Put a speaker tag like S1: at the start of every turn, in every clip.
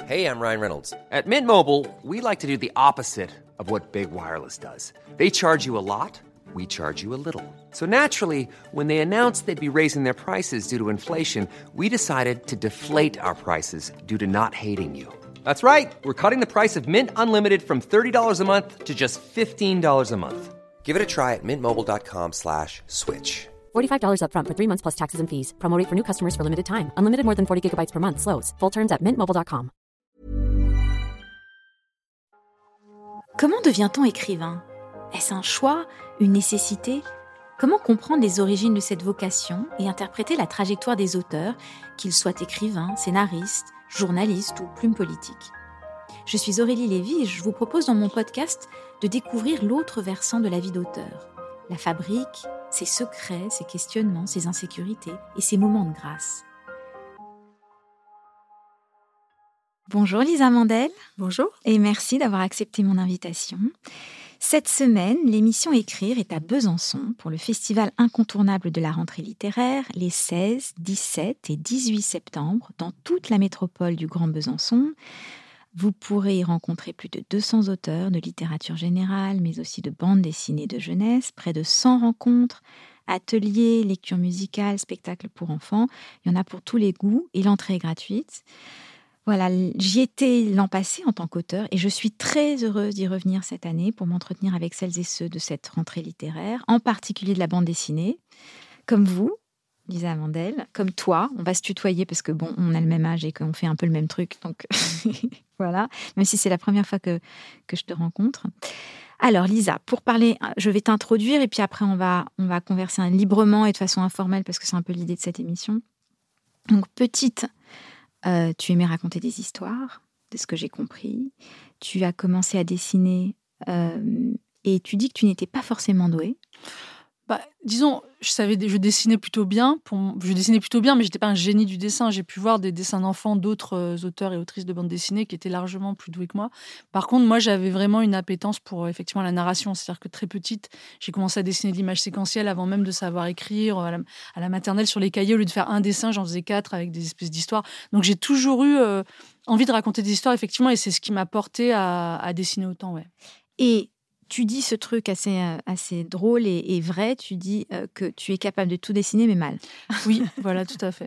S1: Hey, I'm Ryan Reynolds. At Mint Mobile, we like to do the opposite of what Big Wireless does. They charge you a lot, we charge you a little. So naturally, when they announced they'd be raising their prices due to inflation, we decided to deflate our prices due to not hating you. That's right. We're cutting the price of Mint Unlimited from $30 a month to just $15 a month. Give it a try at mintmobile.com/switch.
S2: $45 up front for 3 months plus taxes and fees. Promo rate for new customers for limited time. Unlimited more than 40 gigabytes per month. Slows full terms at mintmobile.com.
S3: Comment devient-on écrivain ? Est-ce un choix, une nécessité ? Comment comprendre les origines de cette vocation et interpréter la trajectoire des auteurs, qu'ils soient écrivains, scénaristes, journalistes ou plumes politiques ? Je suis Aurélie Lévy et je vous propose dans mon podcast de découvrir l'autre versant de la vie d'auteur. La fabrique, ses secrets, ses questionnements, ses insécurités et ses moments de grâce. Bonjour Lisa Mandel.
S4: Bonjour.
S3: Et merci d'avoir accepté mon invitation. Cette semaine, l'émission Écrire est à Besançon pour le festival incontournable de la rentrée littéraire les 16, 17 et 18 septembre dans toute la métropole du Grand Besançon. Vous pourrez y rencontrer plus de 200 auteurs de littérature générale, mais aussi de bandes dessinées de jeunesse, près de 100 rencontres, ateliers, lectures musicales, spectacles pour enfants. Il y en a pour tous les goûts et l'entrée est gratuite. Voilà, j'y étais l'an passé en tant qu'auteur et je suis très heureuse d'y revenir cette année pour m'entretenir avec celles et ceux de cette rentrée littéraire, en particulier de la bande dessinée, comme vous, Lisa Mandel, comme toi. On va se tutoyer parce que bon, on a le même âge et qu'on fait un peu le même truc, donc voilà, même si c'est la première fois que je te rencontre. Alors Lisa, pour parler, je vais t'introduire et puis après on va converser librement et de façon informelle parce que c'est un peu l'idée de cette émission. Donc petite... tu aimais raconter des histoires, de ce que j'ai compris. Tu as commencé à dessiner et tu dis que tu n'étais pas forcément douée.
S4: Disons, je dessinais plutôt bien. Je dessinais plutôt bien, mais je n'étais pas un génie du dessin. J'ai pu voir des dessins d'enfants d'autres auteurs et autrices de bande dessinée qui étaient largement plus doués que moi. Par contre, moi, j'avais vraiment une appétence pour effectivement la narration. C'est-à-dire que très petite, j'ai commencé à dessiner de l'image séquentielle avant même de savoir écrire. À la maternelle, sur les cahiers, au lieu de faire un dessin, j'en faisais 4 avec des espèces d'histoires. Donc, j'ai toujours eu envie de raconter des histoires, effectivement, et c'est ce qui m'a porté à dessiner autant, ouais.
S3: Et tu dis ce truc assez drôle et vrai, tu dis que tu es capable de tout dessiner, mais mal.
S4: Oui, voilà, tout à fait.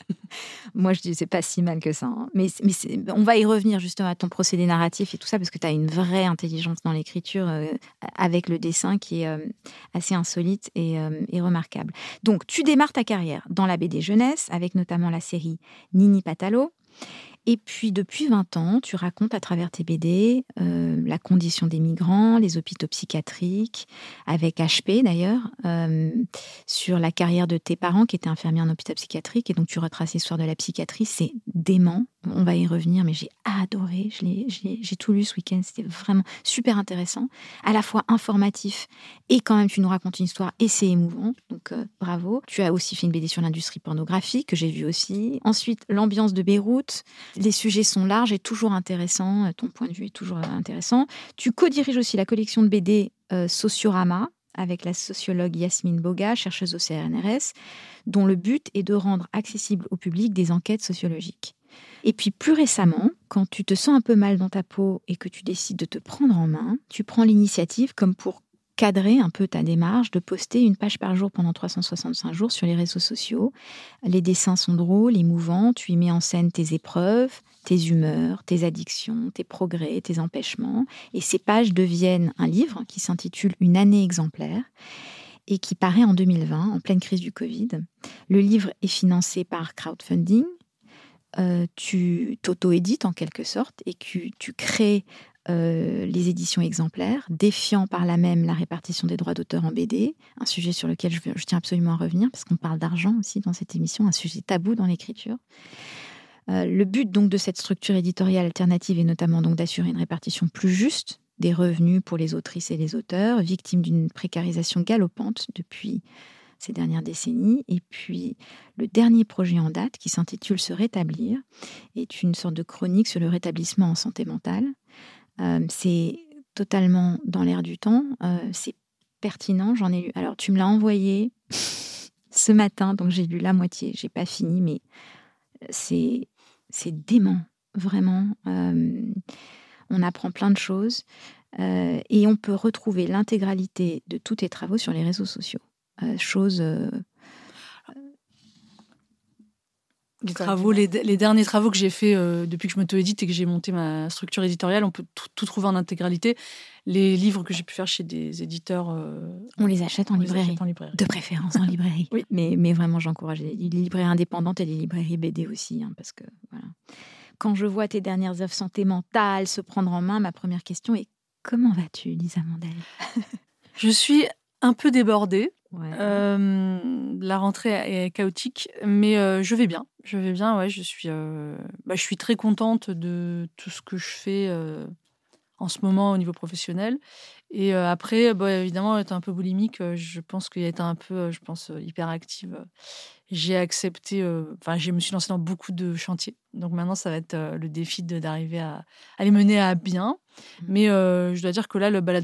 S3: Moi, je dis c'est pas si mal que ça. Hein. Mais on va y revenir justement à ton procédé narratif et tout ça, parce que tu as une vraie intelligence dans l'écriture avec le dessin qui est assez insolite et remarquable. Donc, tu démarres ta carrière dans la BD jeunesse, avec notamment la série Nini Patalo. Et puis, depuis 20 ans, tu racontes à travers tes BD la condition des migrants, les hôpitaux psychiatriques, avec HP d'ailleurs, sur la carrière de tes parents qui étaient infirmiers en hôpital psychiatrique. Et donc, tu retraces l'histoire de la psychiatrie. C'est dément. On va y revenir, mais j'ai adoré. J'ai tout lu ce week-end. C'était vraiment super intéressant. À la fois informatif et quand même, tu nous racontes une histoire et c'est émouvant. Donc, bravo. Tu as aussi fait une BD sur l'industrie pornographique que j'ai vue aussi. Ensuite, l'ambiance de Beyrouth. Les sujets sont larges et toujours intéressants. Ton point de vue est toujours intéressant. Tu co-diriges aussi la collection de BD Sociorama avec la sociologue Yasmine Boga, chercheuse au CNRS, dont le but est de rendre accessible au public des enquêtes sociologiques. Et puis plus récemment, quand tu te sens un peu mal dans ta peau et que tu décides de te prendre en main, tu prends l'initiative comme pour cadrer un peu ta démarche, de poster une page par jour pendant 365 jours sur les réseaux sociaux. Les dessins sont drôles, émouvants, tu y mets en scène tes épreuves, tes humeurs, tes addictions, tes progrès, tes empêchements. Et ces pages deviennent un livre qui s'intitule « Une année exemplaire » et qui paraît en 2020, en pleine crise du Covid. Le livre est financé par crowdfunding. Tu t'auto-édites en quelque sorte et tu crées les éditions exemplaires, défiant par là même la répartition des droits d'auteur en BD, un sujet sur lequel je tiens absolument à revenir, parce qu'on parle d'argent aussi dans cette émission, un sujet tabou dans l'écriture. Le but donc de cette structure éditoriale alternative est notamment donc d'assurer une répartition plus juste des revenus pour les autrices et les auteurs, victimes d'une précarisation galopante depuis ces dernières décennies. Et puis, le dernier projet en date, qui s'intitule « Se rétablir », est une sorte de chronique sur le rétablissement en santé mentale. C'est totalement dans l'air du temps, c'est pertinent, j'en ai lu. Alors, tu me l'as envoyé ce matin, donc j'ai lu la moitié, j'ai pas fini, mais c'est dément. vraiment. On apprend plein de choses. Et on peut retrouver l'intégralité de tous tes travaux sur les réseaux sociaux.
S4: Les derniers travaux que j'ai faits depuis que je m'auto-édite et que j'ai monté ma structure éditoriale, on peut tout trouver en intégralité. Les livres que j'ai pu faire chez des éditeurs...
S3: on les achète en librairie. De préférence en librairie.
S4: Oui.
S3: Mais vraiment, j'encourage les librairies indépendantes et les librairies BD aussi. Parce que, voilà. Quand je vois tes dernières œuvres santé mentale se prendre en main, ma première question est: comment vas-tu, Lisa Mandel?
S4: Je suis un peu débordée.
S3: Ouais.
S4: La rentrée est chaotique, mais je vais bien. Ouais, je suis très contente de tout ce que je fais en ce moment au niveau professionnel. Et après, évidemment, être un peu boulimique, je pense qu'il a été un peu, hyperactive. J'ai accepté, je me suis lancée dans beaucoup de chantiers. Donc maintenant, ça va être le défi d'arriver à les mener à bien. Mais je dois dire que là, la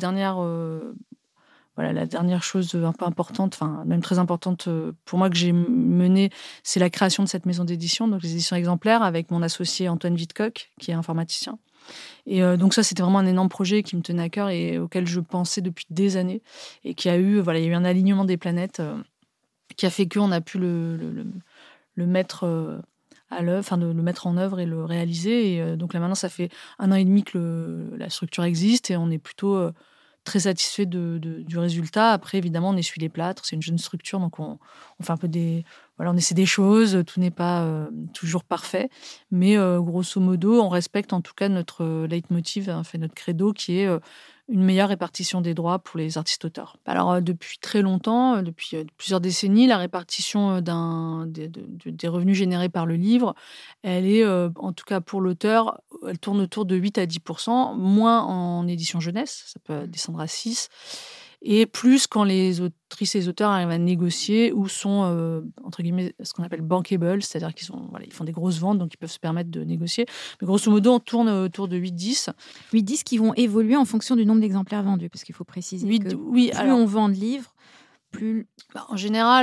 S4: dernière chose un peu importante, enfin même très importante pour moi que j'ai menée, c'est la création de cette maison d'édition, donc les éditions exemplaires, avec mon associé Antoine Vidcock, qui est informaticien. Et donc ça, c'était vraiment un énorme projet qui me tenait à cœur et auquel je pensais depuis des années, et qui a eu, il y a eu un alignement des planètes qui a fait qu'on a pu le mettre à l'œuvre, enfin de le mettre en œuvre et le réaliser. Et donc là maintenant, ça fait 1 an et demi que la structure existe et on est plutôt très satisfait du résultat. Après, évidemment, on essuie les plâtres. C'est une jeune structure, donc on fait un peu on essaie des choses. Tout n'est pas toujours parfait. Mais grosso modo, on respecte en tout cas notre leitmotiv, notre credo, qui est une meilleure répartition des droits pour les artistes-auteurs. Alors, depuis très longtemps, depuis plusieurs décennies, la répartition des revenus générés par le livre, elle est, en tout cas pour l'auteur, elle tourne autour de 8 à 10%, moins en édition jeunesse, ça peut descendre à 6%, et plus quand les autrices et les auteurs arrivent à négocier ou sont, entre guillemets, ce qu'on appelle bankable, c'est-à-dire ils font des grosses ventes, donc ils peuvent se permettre de négocier. Mais grosso modo, on tourne autour de 8-10.
S3: 8-10 qui vont évoluer en fonction du nombre d'exemplaires vendus, parce qu'il faut préciser que plus on vend de livres, plus...
S4: En général,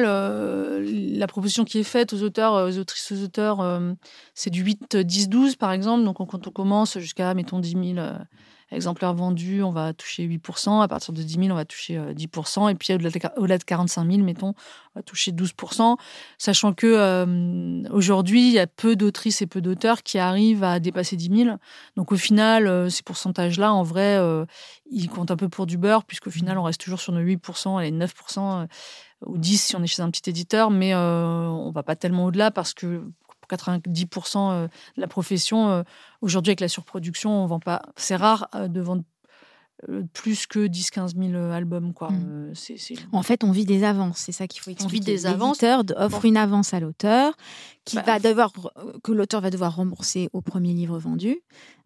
S4: la proposition qui est faite aux auteurs, aux autrices, aux auteurs, c'est du 8, 10, 12 par exemple. Donc quand on commence jusqu'à, mettons, 10 000 exemplaires vendus, on va toucher 8%. À partir de 10 000, on va toucher 10%. Et puis au-delà de 45 000, mettons, on va toucher 12%. Sachant que aujourd'hui, il y a peu d'autrices et peu d'auteurs qui arrivent à dépasser 10 000. Donc au final, ces pourcentages-là, en vrai, ils comptent un peu pour du beurre, puisqu'au final, on reste toujours sur nos 8%, et 9%, ou 10% si on est chez un petit éditeur. Mais on ne va pas tellement au-delà, parce que pour 90% de la profession, aujourd'hui, avec la surproduction, on vend pas. C'est rare de vendre plus que 10-15 000 albums, quoi.
S3: En fait, on vit des avances, c'est ça qu'il faut expliquer.
S4: On vit des avances.
S3: L'éditeur offre une avance à l'auteur que l'auteur va devoir rembourser au premier livre vendu.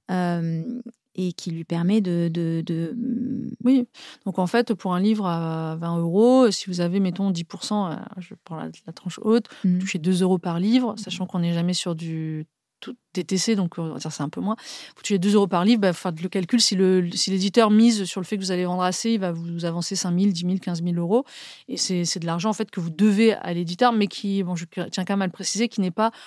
S3: Et qui lui permet de...
S4: Oui, donc en fait, pour un livre à 20 €, si vous avez, mettons, 10%, je prends la tranche haute, vous touchez 2 € par livre, sachant qu'on n'est jamais sur du TTC, donc on va dire c'est un peu moins. Vous touchez 2 € par livre, faire le calcul, si l'éditeur mise sur le fait que vous allez vendre assez, il va vous avancer 5 000, 10 000, 15 000 €. Et c'est de l'argent en fait que vous devez à l'éditeur, mais qui, je tiens quand même à le préciser, qui n'est pas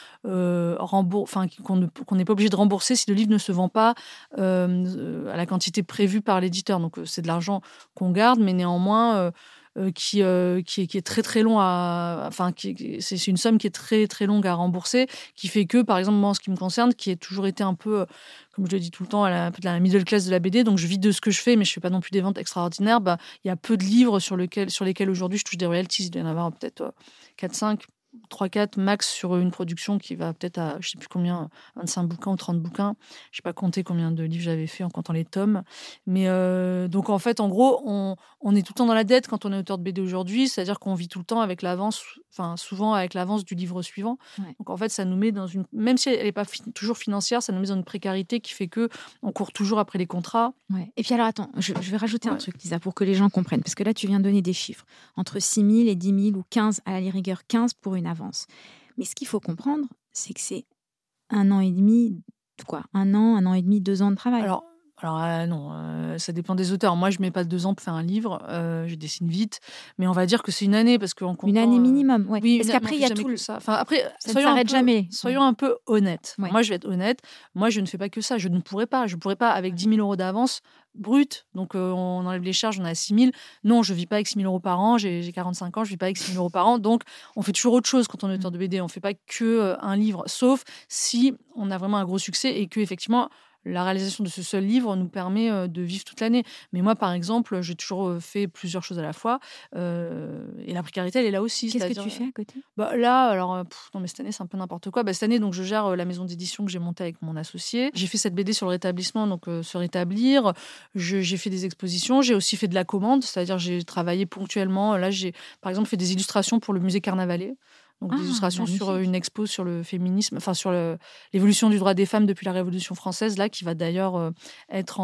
S4: qu'on n'est pas obligé de rembourser si le livre ne se vend pas à la quantité prévue par l'éditeur. Donc c'est de l'argent qu'on garde, mais néanmoins qui est très très long c'est une somme qui est très très longue à rembourser, qui fait que, par exemple, moi en ce qui me concerne, qui ai toujours été un peu, comme je le dis tout le temps, un peu de la middle class de la BD, donc je vis de ce que je fais, mais je fais pas non plus des ventes extraordinaires. Il y a peu de livres sur lesquels aujourd'hui je touche des royalties. Il doit y en avoir peut-être 4-5, 3-4 max sur une production qui va peut-être à, je sais plus combien, 25 bouquins ou 30 bouquins. Je sais pas compter combien de livres j'avais fait en comptant les tomes. Mais donc en fait, en gros, on est tout le temps dans la dette quand on est auteur de BD aujourd'hui, c'est-à-dire qu'on vit tout le temps avec l'avance, souvent avec l'avance du livre suivant. Ouais. Donc en fait, ça nous met dans une, même si elle n'est pas toujours financière, ça nous met dans une précarité qui fait que on court toujours après les contrats.
S3: Ouais. Et puis alors attends, je vais rajouter un truc, Lisa, pour que les gens comprennent, parce que là tu viens de donner des chiffres entre 6 000 et 10 000 ou 15, à la rigueur 15 pour une avance. Mais ce qu'il faut comprendre, c'est que c'est 1 an et demi, 1 an et demi, 2 ans de travail.
S4: Alors Alors non, ça dépend des auteurs. Moi, je mets pas 2 ans pour faire un livre. Je dessine vite, mais on va dire que c'est une année parce qu'en comptant,
S3: Une année minimum, ouais.
S4: Oui,
S3: Parce qu'après, il y a tout
S4: que ça. Enfin, après,
S3: ça ne s'arrête jamais.
S4: Soyons un peu honnêtes.
S3: Ouais.
S4: Moi, je vais être honnête. Moi, je ne fais pas que ça. Je ne pourrais pas. Je pourrais pas avec 10 000 € d'avance brut. Donc, on enlève les charges, on a 6 000. Non, je vis pas avec 6 000 € par an. J'ai 45 ans, je vis pas avec 6 000 € par an. Donc, on fait toujours autre chose quand on est auteur de BD. On fait pas que un livre, sauf si on a vraiment un gros succès et que effectivement la réalisation de ce seul livre nous permet de vivre toute l'année. Mais moi, par exemple, j'ai toujours fait plusieurs choses à la fois. Et la précarité, elle est là aussi.
S3: Qu'est-ce que tu fais à côté ?
S4: Là, alors, non, mais cette année, c'est un peu n'importe quoi. Cette année, donc, je gère la maison d'édition que j'ai montée avec mon associé. J'ai fait cette BD sur le rétablissement, donc se rétablir. J'ai fait des expositions. J'ai aussi fait de la commande, c'est-à-dire j'ai travaillé ponctuellement. Là, j'ai, par exemple, fait des illustrations pour le musée Carnavalet. Donc, des illustrations
S3: magnifique.
S4: sur une expo sur le féminisme, enfin sur l'évolution du droit des femmes depuis la Révolution française, là, qui va d'ailleurs être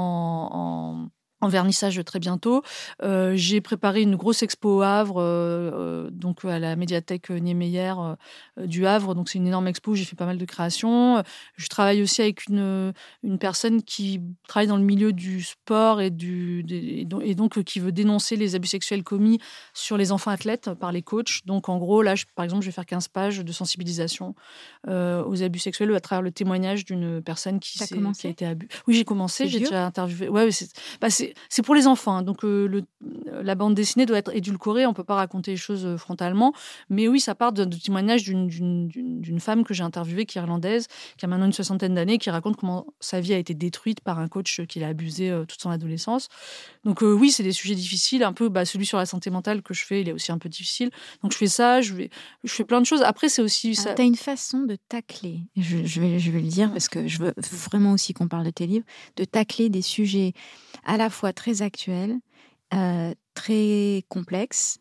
S4: en vernissage très bientôt. J'ai préparé une grosse expo au Havre, donc à la médiathèque Niemeyer du Havre. Donc c'est une énorme expo où j'ai fait pas mal de créations. Je travaille aussi avec une personne qui travaille dans le milieu du sport et donc qui veut dénoncer les abus sexuels commis sur les enfants athlètes par les coachs. Donc en gros, là, par exemple, je vais faire 15 pages de sensibilisation aux abus sexuels à travers le témoignage d'une personne qui a été abusée. Oui, j'ai commencé, j'ai déjà interviewé. Ouais, c'est pour les enfants, hein. Donc la bande dessinée doit être édulcorée, on ne peut pas raconter les choses frontalement. Mais oui, ça part du témoignage d'une femme que j'ai interviewée, qui est irlandaise, qui a maintenant une 60aine d'années, qui raconte comment sa vie a été détruite par un coach qui l'a abusée toute son adolescence. Donc oui, c'est des sujets difficiles. Un peu celui sur la santé mentale que je fais, il est aussi un peu difficile. Donc je fais ça, je fais plein de choses. Après, c'est aussi ça.
S3: Tu as une façon de tacler, je vais le dire parce que je veux vraiment aussi qu'on parle de tes livres, de tacler des sujets à la fois très actuels, très complexes,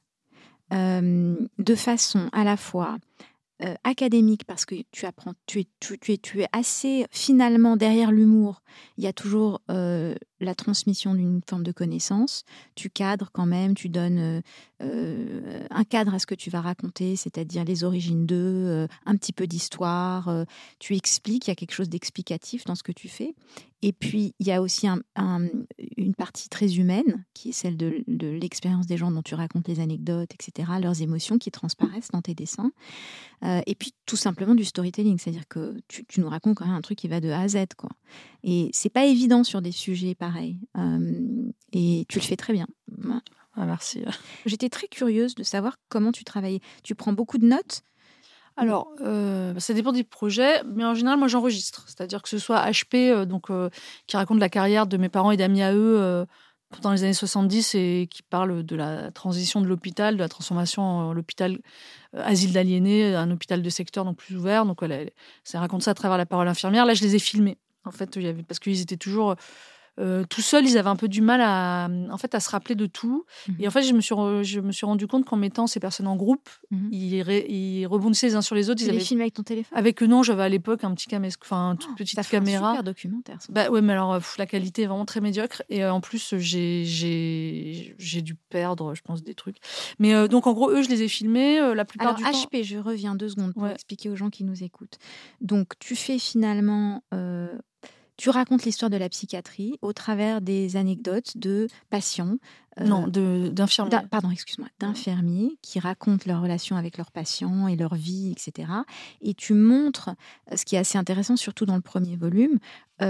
S3: de façon à la fois académique, parce que tu apprends, tu es assez, finalement, derrière l'humour, il y a toujours la transmission d'une forme de connaissance. Tu cadres quand même, tu donnes un cadre à ce que tu vas raconter, c'est-à-dire les origines d'eux, un petit peu d'histoire, tu expliques, il y a quelque chose d'explicatif dans ce que tu fais. Et puis, il y a aussi une partie très humaine, qui est celle de l'expérience des gens dont tu racontes les anecdotes, etc., leurs émotions qui transparaissent dans tes dessins. Et puis, tout simplement du storytelling, c'est-à-dire que tu nous racontes quand même un truc qui va de A à Z, quoi. Et c'est pas évident sur des sujets pareils. Et tu le fais très bien.
S4: Ah, merci.
S3: J'étais très curieuse de savoir comment tu travaillais. Tu prends beaucoup de notes ?
S4: Alors, ça dépend des projets, mais en général, moi, j'enregistre. C'est-à-dire que ce soit HP, qui raconte la carrière de mes parents et d'amis à eux dans les années 70 et qui parle de la transition de l'hôpital, de la transformation en l'hôpital asile d'aliénés, un hôpital de secteur, donc plus ouvert. Donc, voilà, ça raconte ça à travers la parole infirmière. Là, je les ai filmés, en fait, parce qu'ils étaient toujours... tout seuls, ils avaient un peu du mal à se rappeler de tout. Et en fait, je me suis rendu compte qu'en mettant ces personnes en groupe, ils rebondissaient les uns sur les autres.
S3: Tu les filmes avec ton téléphone ?
S4: Avec non, j'avais à l'époque un petit toute petite caméra.
S3: Un super documentaire. Ça.
S4: Ouais, mais alors la qualité est vraiment très médiocre. Et en plus, j'ai dû perdre, je pense, des trucs. Mais donc en gros, eux, je les ai filmés la plupart du temps.
S3: HP, je reviens 2 secondes pour expliquer aux gens qui nous écoutent. Donc, tu fais finalement... Tu racontes l'histoire de la psychiatrie au travers des anecdotes de patients.
S4: D'infirmiers.
S3: D'infirmiers qui racontent leur relation avec leurs patients et leur vie, etc. Et tu montres, ce qui est assez intéressant, surtout dans le premier volume,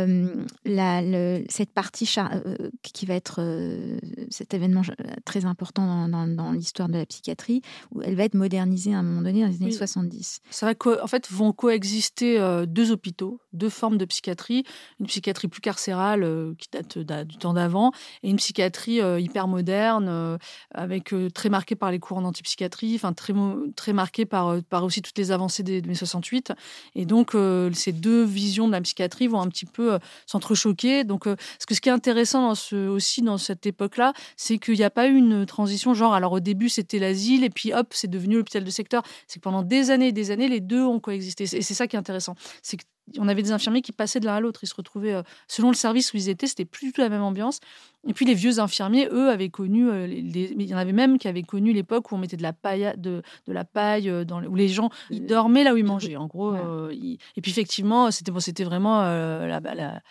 S3: cette partie qui va être cet événement très important dans l'histoire de la psychiatrie, où elle va être modernisée à un moment donné dans les années 70.
S4: Ça va en fait, vont coexister 2 hôpitaux, 2 formes de psychiatrie. Une psychiatrie plus carcérale qui date du temps d'avant et une psychiatrie hyper moderne, avec très marquée par les courants d'antipsychiatrie, enfin très marquée par aussi toutes les avancées de mai 68. Et donc, ces 2 visions de la psychiatrie vont un petit peu s'entrechoquer. Donc, ce qui est intéressant aussi dans cette époque-là, c'est qu'il n'y a pas eu une transition genre, alors au début, c'était l'asile, et puis hop, c'est devenu l'hôpital de secteur. C'est que pendant des années et des années, les 2 ont coexisté. Et c'est ça qui est intéressant. C'est qu'on avait des infirmiers qui passaient de l'un à l'autre. Ils se retrouvaient, selon le service où ils étaient, c'était plus du tout la même ambiance. Et puis les vieux infirmiers, eux, avaient connu, il y en avait même qui avaient connu l'époque où on mettait de la paille, où les gens ils dormaient là où ils mangeaient. En gros, et puis effectivement, c'était vraiment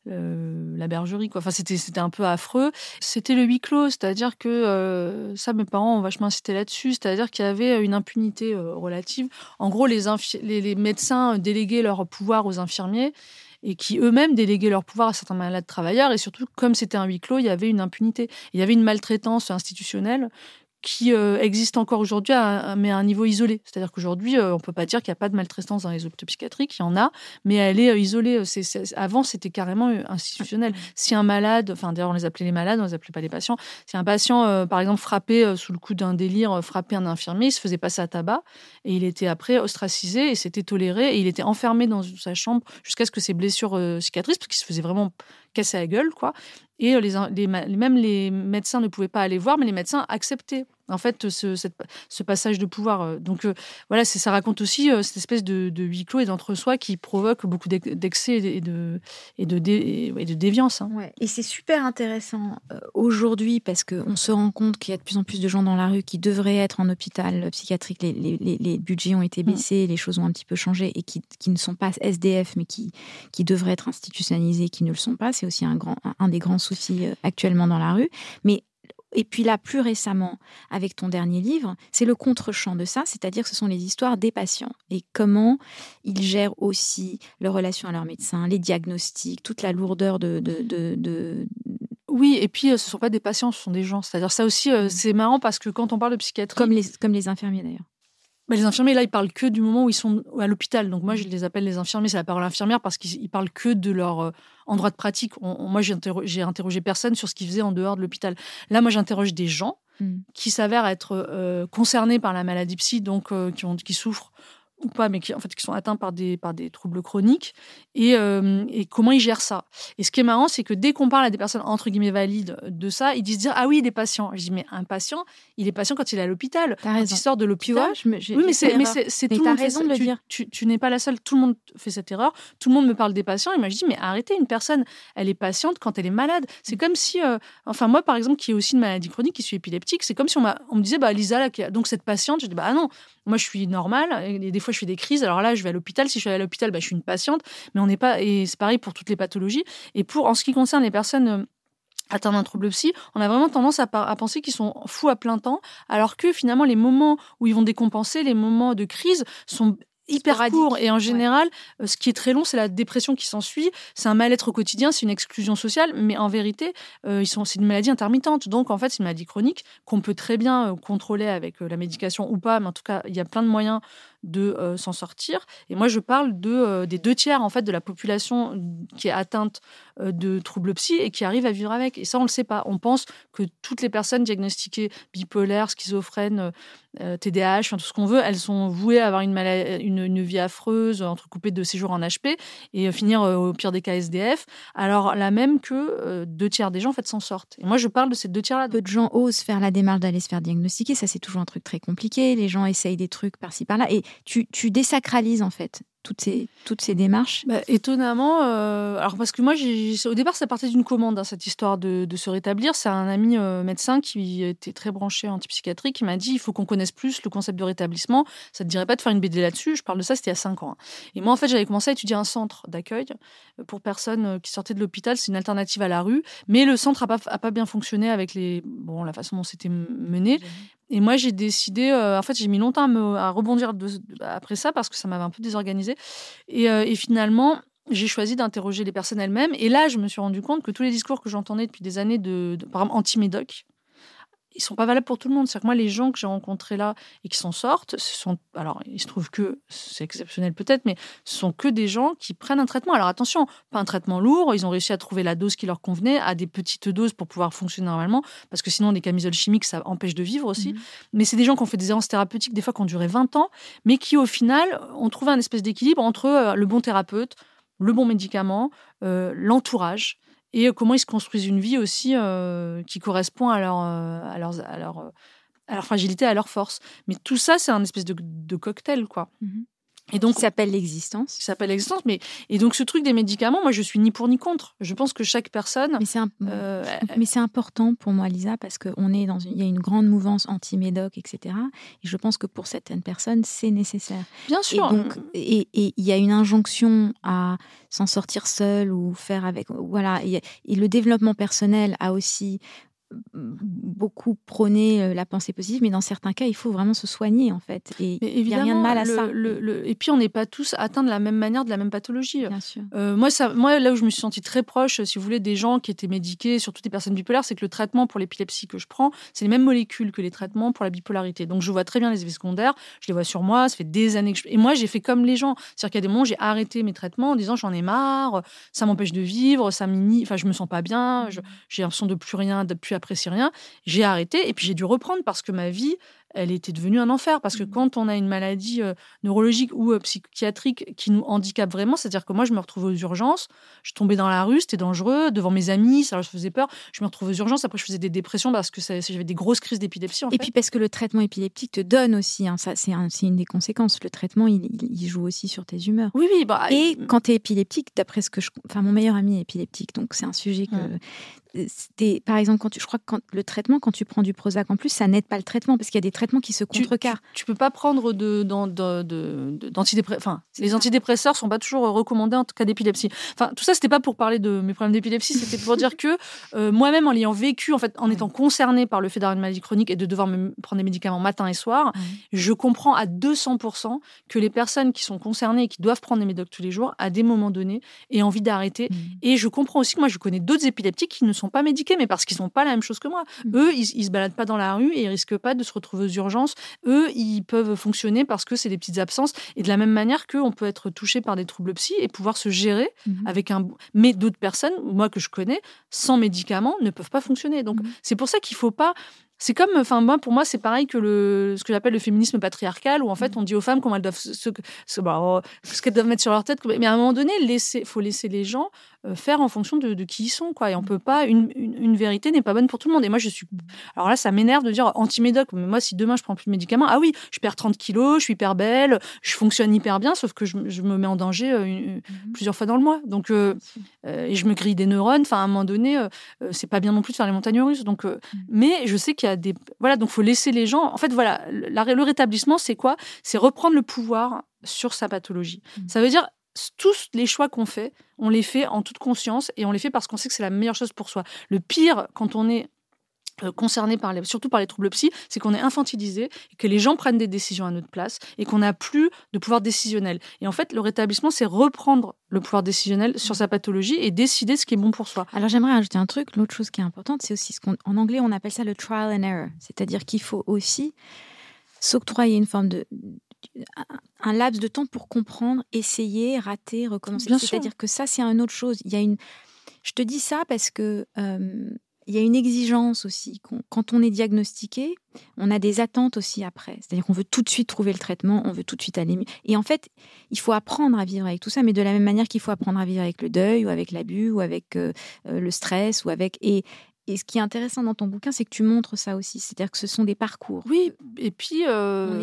S4: la bergerie, quoi. Enfin, c'était un peu affreux. C'était le huis clos, c'est-à-dire que ça, mes parents ont vachement insisté là-dessus, c'est-à-dire qu'il y avait une impunité relative. En gros, les médecins déléguaient leur pouvoir aux infirmiers et qui eux-mêmes déléguaient leur pouvoir à certains malades travailleurs. Et surtout, comme c'était un huis clos, il y avait une impunité. Il y avait une maltraitance institutionnelle qui existe encore aujourd'hui, mais à un niveau isolé. C'est-à-dire qu'aujourd'hui, on ne peut pas dire qu'il n'y a pas de maltraitance dans les hôpitaux psychiatriques, il y en a, mais elle est isolée. Avant, c'était carrément institutionnel. Si un malade, enfin d'ailleurs on les appelait les malades, on ne les appelait pas les patients, si un patient, par exemple, frappait sous le coup d'un délire, frappait un infirmier, il se faisait passer à tabac, et il était après ostracisé, et c'était toléré, et il était enfermé dans sa chambre jusqu'à ce que ses blessures cicatrisent, parce qu'il se faisait vraiment casser la gueule, quoi. Et même les médecins ne pouvaient pas aller voir, mais les médecins acceptaient en fait ce passage de pouvoir. Donc voilà, ça raconte aussi cette espèce de huis clos et d'entre-soi qui provoque beaucoup d'excès et de déviance. Hein.
S3: Ouais. Et c'est super intéressant aujourd'hui parce qu'on se rend compte qu'il y a de plus en plus de gens dans la rue qui devraient être en hôpital psychiatrique. Les budgets ont été baissés, les choses ont un petit peu changé et qui ne sont pas SDF mais qui devraient être institutionnalisés, qui ne le sont pas. C'est aussi un des grands soucis actuellement dans la rue. Et puis là, plus récemment, avec ton dernier livre, c'est le contre-champ de ça, c'est-à-dire que ce sont les histoires des patients et comment ils gèrent aussi leur relation à leur médecin, les diagnostics, toute la lourdeur de...
S4: Oui, et puis ce ne sont pas des patients, ce sont des gens. C'est-à-dire ça aussi, c'est marrant parce que quand on parle de psychiatrie...
S3: Comme les infirmiers d'ailleurs.
S4: Mais les infirmiers, là, ils parlent que du moment où ils sont à l'hôpital. Donc moi, je les appelle les infirmiers, c'est la parole infirmière parce qu'ils parlent que de leur endroit de pratique. Moi, j'ai interrogé personne sur ce qu'ils faisaient en dehors de l'hôpital. Là, moi, j'interroge des gens qui s'avèrent être concernés par la maladie psy, donc qui souffrent ou pas, mais qui sont atteints par des troubles chroniques, et comment ils gèrent ça. Et ce qui est marrant, c'est que dès qu'on parle à des personnes entre guillemets valides de ça, ils disent ah oui, il est patient. Je dis mais un patient, il est patient quand il est à l'hôpital, quand il sort de l'hôpital.
S3: Tu vois,
S4: oui, mais c'est tout le monde
S3: raison de le dire.
S4: Tu n'es pas la seule, tout le monde fait cette erreur. Tout le monde me parle des patients, et moi je dis mais arrêtez, une personne, elle est patiente quand elle est malade. C'est comme si, moi par exemple, qui ai aussi une maladie chronique, qui suis épileptique, c'est comme si on me disait Lisa là, donc cette patiente, je dis non. Moi, je suis normale, et des fois, je fais des crises. Alors là, je vais à l'hôpital. Si je suis à l'hôpital, je suis une patiente. Mais on n'est pas... Et c'est pareil pour toutes les pathologies. Et en ce qui concerne les personnes atteintes d'un trouble psy, on a vraiment tendance à penser qu'ils sont fous à plein temps, alors que finalement, les moments où ils vont décompenser, les moments de crise sont hyper court, et en général, ce qui est très long, c'est la dépression qui s'ensuit, c'est un mal-être au quotidien, c'est une exclusion sociale, mais en vérité, c'est une maladie intermittente, donc en fait, c'est une maladie chronique qu'on peut très bien contrôler avec la médication ou pas, mais en tout cas, il y a plein de moyens de s'en sortir. Et moi, je parle des 2 tiers en fait de la population qui est atteinte de troubles psy et qui arrive à vivre avec. Et ça, on le sait pas. On pense que toutes les personnes diagnostiquées bipolaires, schizophrènes, TDAH, tout ce qu'on veut, elles sont vouées à avoir une vie affreuse, entrecoupée de séjours en HP et finir au pire des cas SDF. Alors là même que 2 tiers des gens en fait s'en sortent. Et moi, je parle de ces 2 tiers-là.
S3: Peu de gens osent faire la démarche d'aller se faire diagnostiquer. Ça, c'est toujours un truc très compliqué. Les gens essayent des trucs par-ci par-là. Et tu désacralises en fait toutes ces démarches.
S4: Étonnamment, alors parce que moi, au départ, ça partait d'une commande, cette histoire de se rétablir. C'est un ami médecin qui était très branché en antipsychiatrie qui m'a dit il faut qu'on connaisse plus le concept de rétablissement. Ça te dirait pas de faire une BD là-dessus? Je parle de ça, c'était il y a 5 ans. Et moi, en fait, j'avais commencé à étudier un centre d'accueil pour personnes qui sortaient de l'hôpital. C'est une alternative à la rue, mais le centre a pas bien fonctionné avec la façon dont c'était mené. Et moi, j'ai décidé... en fait, j'ai mis longtemps à rebondir après ça parce que ça m'avait un peu désorganisée. Et finalement, j'ai choisi d'interroger les personnes elles-mêmes. Et là, je me suis rendu compte que tous les discours que j'entendais depuis des années par exemple, anti-médoc, ils ne sont pas valables pour tout le monde. C'est-à-dire que moi, les gens que j'ai rencontrés là et qui s'en sortent, alors, il se trouve que, c'est exceptionnel peut-être, mais ce sont que des gens qui prennent un traitement. Alors attention, pas un traitement lourd, ils ont réussi à trouver la dose qui leur convenait, à des petites doses pour pouvoir fonctionner normalement, parce que sinon, des camisoles chimiques, ça empêche de vivre aussi. Mais c'est des gens qui ont fait des errances thérapeutiques, des fois qui ont duré 20 ans, mais qui, au final, ont trouvé un espèce d'équilibre entre le bon thérapeute, le bon médicament, l'entourage, et comment ils se construisent une vie aussi qui correspond à leur fragilité, à leur force. Mais tout ça, c'est un espèce de cocktail, quoi. Et donc,
S3: qui s'appelle l'existence.
S4: Et donc, ce truc des médicaments, moi, je suis ni pour ni contre. Je pense que chaque personne...
S3: Mais c'est important pour moi, Lisa, parce qu'il y a une grande mouvance anti-médoc, etc. Et je pense que pour certaines personnes, c'est nécessaire.
S4: Bien sûr.
S3: Et il y a une injonction à s'en sortir seul ou faire avec... Voilà. Et le développement personnel a aussi beaucoup prôné la pensée positive, mais dans certains cas, il faut vraiment se soigner, en fait. Et il n'y a rien de mal à ça.
S4: Et puis, on n'est pas tous atteints de la même manière, de la même pathologie.
S3: Bien sûr.
S4: Moi, là où je me suis sentie très proche, si vous voulez, des gens qui étaient médiqués, surtout des personnes bipolaires, c'est que le traitement pour l'épilepsie que je prends, c'est les mêmes molécules que les traitements pour la bipolarité. Donc, je vois très bien les effets secondaires, je les vois sur moi, ça fait des années que Et moi, j'ai fait comme les gens. C'est-à-dire qu'il y a des moments où j'ai arrêté mes traitements en disant j'en ai marre, ça m'empêche de vivre, je me sens pas bien, j'ai l'impression de plus rien, de plus apprécier rien. J'ai arrêté et puis j'ai dû reprendre parce que ma vie, elle était devenue un enfer. Parce que quand on a une maladie neurologique ou psychiatrique qui nous handicape vraiment, c'est-à-dire que moi, je me retrouvais aux urgences, je tombais dans la rue, c'était dangereux, devant mes amis, ça leur faisait peur. Je me retrouvais aux urgences, après je faisais des dépressions parce que j'avais des grosses crises d'épilepsie.
S3: Et puis parce que le traitement épileptique te donne aussi, ça c'est une des conséquences, le traitement, il joue aussi sur tes humeurs.
S4: Oui.
S3: Et quand tu es épileptique, d'après ce que mon meilleur ami est épileptique, donc c'est un sujet que... Par exemple, je crois que quand tu prends du Prozac en plus, ça n'aide pas le traitement parce qu'il y a des traitements qui se contrecarrent.
S4: Tu peux pas prendre d'antidépresseurs. Enfin, les antidépresseurs sont pas toujours recommandés en cas d'épilepsie. Enfin, tout ça, c'était pas pour parler de mes problèmes d'épilepsie, c'était pour dire que moi-même, en l'ayant vécu, en fait, en étant concernée par le fait d'avoir une maladie chronique et de devoir me prendre des médicaments matin et soir, je comprends à 200% que les personnes qui sont concernées et qui doivent prendre des médocs tous les jours, à des moments donnés, aient envie d'arrêter. Et je comprends aussi que moi, je connais d'autres épileptiques qui ne sont pas médiqués, mais parce qu'ils n'ont pas la même chose que moi. Eux, ils se baladent pas dans la rue et ils risquent pas de se retrouver aux urgences. Eux, ils peuvent fonctionner parce que c'est des petites absences. Et de la même manière qu'on peut être touché par des troubles psy et pouvoir se gérer avec Mais d'autres personnes, moi que je connais, sans médicaments, ne peuvent pas fonctionner. Donc, c'est pour ça qu'il faut pas... C'est comme, pour moi, c'est pareil que ce que j'appelle le féminisme patriarcal, où en fait, on dit aux femmes comment elles doivent ce qu'elles doivent mettre sur leur tête. Mais à un moment donné, faut laisser les gens faire en fonction de qui ils sont, quoi. Et on peut pas, une vérité n'est pas bonne pour tout le monde. Et moi, alors là, ça m'énerve de dire anti-médoc. Mais moi, si demain je prends plus de médicaments, ah oui, je perds 30 kilos, je suis hyper belle, je fonctionne hyper bien, sauf que je me mets en danger plusieurs fois dans le mois. Donc, et je me grille des neurones. Enfin, à un moment donné, c'est pas bien non plus de faire les montagnes russes. Donc, mais je sais qu'il y a donc faut laisser les gens. En fait, voilà, le rétablissement, c'est quoi ? C'est reprendre le pouvoir sur sa pathologie. Ça veut dire tous les choix qu'on fait, on les fait en toute conscience et on les fait parce qu'on sait que c'est la meilleure chose pour soi. Le pire, quand on est concerné surtout par les troubles psy, c'est qu'on est infantilisé, et que les gens prennent des décisions à notre place et qu'on n'a plus de pouvoir décisionnel. Et en fait, le rétablissement, c'est reprendre le pouvoir décisionnel sur sa pathologie et décider ce qui est bon pour soi.
S3: Alors, j'aimerais ajouter un truc. L'autre chose qui est importante, c'est aussi en anglais, on appelle ça le trial and error. C'est-à-dire qu'il faut aussi s'octroyer une forme un laps de temps pour comprendre, essayer, rater, recommencer. C'est-à-dire que ça, c'est une autre chose. Je te dis ça parce que il y a une exigence aussi. Quand on est diagnostiqué, on a des attentes aussi après. C'est-à-dire qu'on veut tout de suite trouver le traitement, on veut tout de suite aller mieux. Et en fait, il faut apprendre à vivre avec tout ça, mais de la même manière qu'il faut apprendre à vivre avec le deuil ou avec l'abus ou avec le stress ou avec... Et ce qui est intéressant dans ton bouquin, c'est que tu montres ça aussi. C'est-à-dire que ce sont des parcours.
S4: Oui, et puis un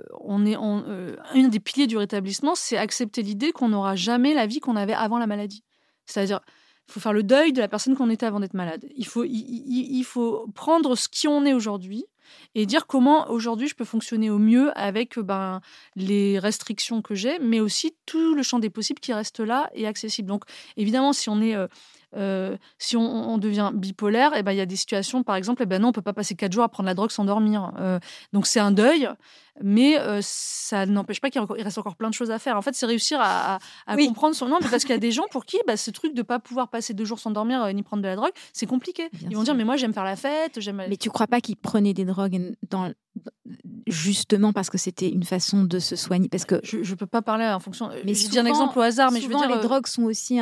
S4: des piliers du rétablissement, c'est accepter l'idée qu'on n'aura jamais la vie qu'on avait avant la maladie. C'est-à-dire, il faut faire le deuil de la personne qu'on était avant d'être malade. Il faut prendre ce qui on est aujourd'hui et dire comment aujourd'hui je peux fonctionner au mieux avec les restrictions que j'ai, mais aussi tout le champ des possibles qui reste là et accessible. Donc évidemment, si on est si on devient bipolaire, il y a des situations, par exemple, non, on ne peut pas passer 4 jours à prendre la drogue sans dormir. Donc c'est un deuil, mais ça n'empêche pas qu'il reste encore plein de choses à faire. En fait, c'est réussir à comprendre son... Non, mais parce qu'il y a des gens pour qui ce truc de ne pas pouvoir passer 2 jours sans dormir ni prendre de la drogue, c'est compliqué. Ils vont dire, mais moi, j'aime faire la fête.
S3: Mais tu ne crois pas qu'ils prenaient des drogues justement parce que c'était une façon de se soigner, parce que
S4: je peux pas parler en fonction. Mais je dis un exemple au hasard, mais je veux dire
S3: les drogues sont aussi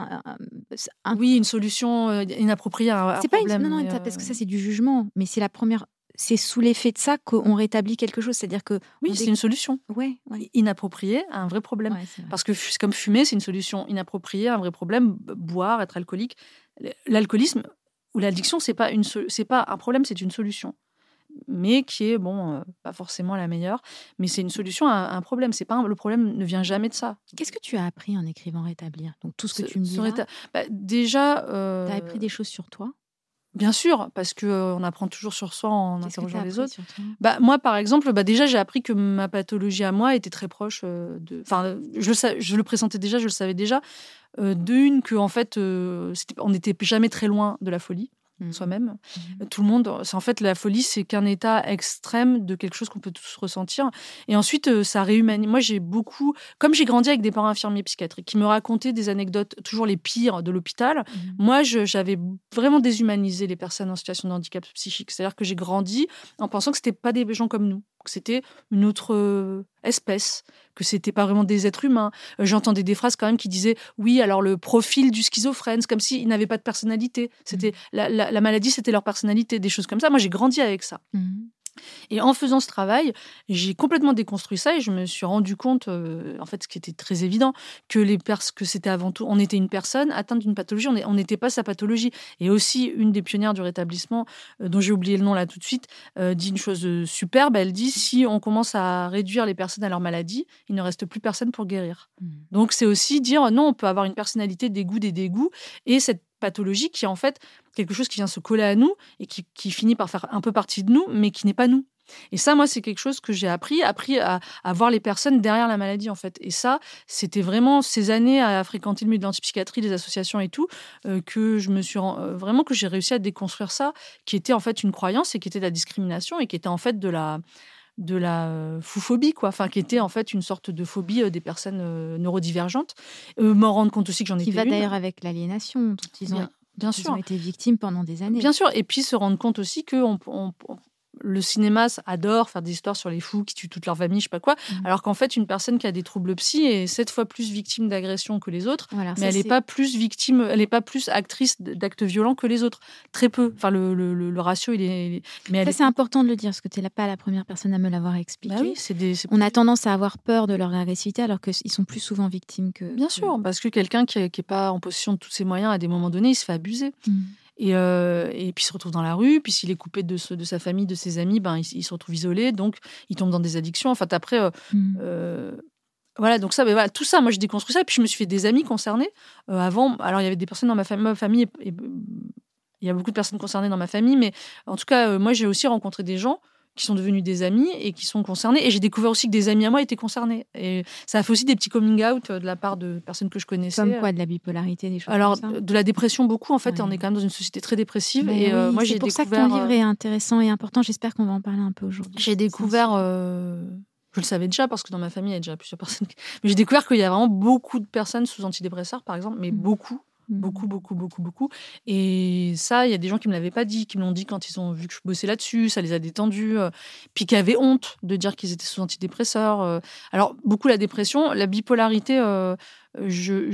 S4: oui, une solution inappropriée à un problème.
S3: Non, parce que ça c'est du jugement, mais c'est la première. C'est sous l'effet de ça qu'on rétablit quelque chose, c'est-à-dire que
S4: oui, c'est une solution.
S3: Ouais.
S4: Inappropriée à un vrai problème.
S3: Ouais,
S4: parce que c'est comme fumer, c'est une solution inappropriée à un vrai problème. Boire, être alcoolique, l'alcoolisme ou l'addiction, c'est pas un problème, c'est une solution. mais qui est, pas forcément la meilleure. Mais c'est une solution à un problème. C'est pas le problème ne vient jamais de ça.
S3: Qu'est-ce que tu as appris en écrivant Rétablir ? Donc, tout ce que tu me dis
S4: déjà...
S3: tu as appris des choses sur toi ?
S4: Bien sûr, parce qu'on apprend toujours sur soi en interrogeant les autres.
S3: Sur toi ?
S4: Moi, par exemple, déjà, j'ai appris que ma pathologie à moi était très proche de... Enfin, je le pressentais déjà, je le savais déjà. D'une, qu'en fait, on n'était jamais très loin de la folie. Soi-même. Tout le monde, en fait, la folie, c'est qu'un état extrême de quelque chose qu'on peut tous ressentir. Et ensuite, ça réhumanise. Moi, comme j'ai grandi avec des parents infirmiers psychiatriques qui me racontaient des anecdotes, toujours les pires de l'hôpital, moi, j'avais vraiment déshumanisé les personnes en situation de handicap psychique. C'est-à-dire que j'ai grandi en pensant que c'était pas des gens comme nous, que c'était une autre espèce, que c'était pas vraiment des êtres humains. J'entendais des phrases quand même qui disaient oui, alors le profil du schizophrène, c'est comme s'ils n'avaient pas de personnalité. C'était la maladie, c'était leur personnalité, des choses comme ça. Moi, j'ai grandi avec ça. Et en faisant ce travail, j'ai complètement déconstruit ça et je me suis rendu compte, en fait, ce qui était très évident, que c'était avant tout, on était une personne atteinte d'une pathologie, on n'était pas sa pathologie. Et aussi, une des pionnières du rétablissement, dont j'ai oublié le nom là tout de suite, dit une chose superbe. Elle dit, si on commence à réduire les personnes à leur maladie, il ne reste plus personne pour guérir. Donc, c'est aussi dire, non, on peut avoir une personnalité, des goûts, et cette pathologie qui est en fait quelque chose qui vient se coller à nous et qui finit par faire un peu partie de nous, mais qui n'est pas nous. Et ça, moi, c'est quelque chose que j'ai appris à voir les personnes derrière la maladie, en fait. Et ça, c'était vraiment ces années à fréquenter le milieu de l'antipsychiatrie, les associations et tout, que je me suis vraiment que j'ai réussi à déconstruire ça, qui était en fait une croyance et qui était de la discrimination et qui était en fait de la fouphobie, quoi. Enfin, qui était en fait une sorte de phobie des personnes neurodivergentes. M'en rendre compte aussi que j'en étais une.
S3: Qui va d'ailleurs avec l'aliénation, dont ils ont été victimes pendant des années.
S4: Bien sûr, et puis se rendre compte aussi que le cinéma adore faire des histoires sur les fous qui tuent toute leur famille, je sais pas quoi, alors qu'en fait, une personne qui a des troubles psy est 7 fois plus victime d'agression que les autres, mais elle n'est pas plus victime, elle n'est pas plus actrice d'actes violents que les autres. Très peu. Enfin, le ratio, il est... Mais
S3: c'est important de le dire, parce que tu n'es pas la première personne à me l'avoir expliqué.
S4: Bah oui,
S3: on a tendance à avoir peur de leur agressivité, alors qu'ils sont plus souvent victimes que...
S4: Bien sûr, parce que quelqu'un qui n'est pas en possession de tous ses moyens, à des moments donnés, il se fait abuser. Et puis il se retrouve dans la rue, puis s'il est coupé de sa famille, de ses amis, il se retrouve isolé, donc il tombe dans des addictions. Enfin, après, voilà, donc ça, voilà, tout ça, moi j'ai déconstruit ça, et puis je me suis fait des amis concernés. Avant, alors il y avait des personnes dans ma famille, et il y a beaucoup de personnes concernées dans ma famille, mais en tout cas, moi j'ai aussi rencontré des gens qui sont devenus des amis et qui sont concernés. Et j'ai découvert aussi que des amis à moi étaient concernés. Et ça a fait aussi des petits coming out de la part de personnes que je connaissais.
S3: Comme quoi, de la bipolarité, des choses
S4: alors,
S3: comme ça.
S4: De la dépression, beaucoup, en fait. Ouais. On est quand même dans une société très dépressive.
S3: Mais
S4: et moi, j'ai découvert...
S3: C'est pour ça que ton livre est intéressant et important. J'espère qu'on va en parler un peu aujourd'hui.
S4: J'ai découvert... Je le savais déjà, parce que dans ma famille, il y a déjà plusieurs personnes. Mais j'ai découvert qu'il y a vraiment beaucoup de personnes sous antidépresseurs, par exemple, mais beaucoup. Beaucoup. Et ça, il y a des gens qui me l'avaient pas dit, qui me l'ont dit quand ils ont vu que je bossais là-dessus, ça les a détendus, puis qui avaient honte de dire qu'ils étaient sous antidépresseurs. Alors, beaucoup la dépression, la bipolarité, moi j'ai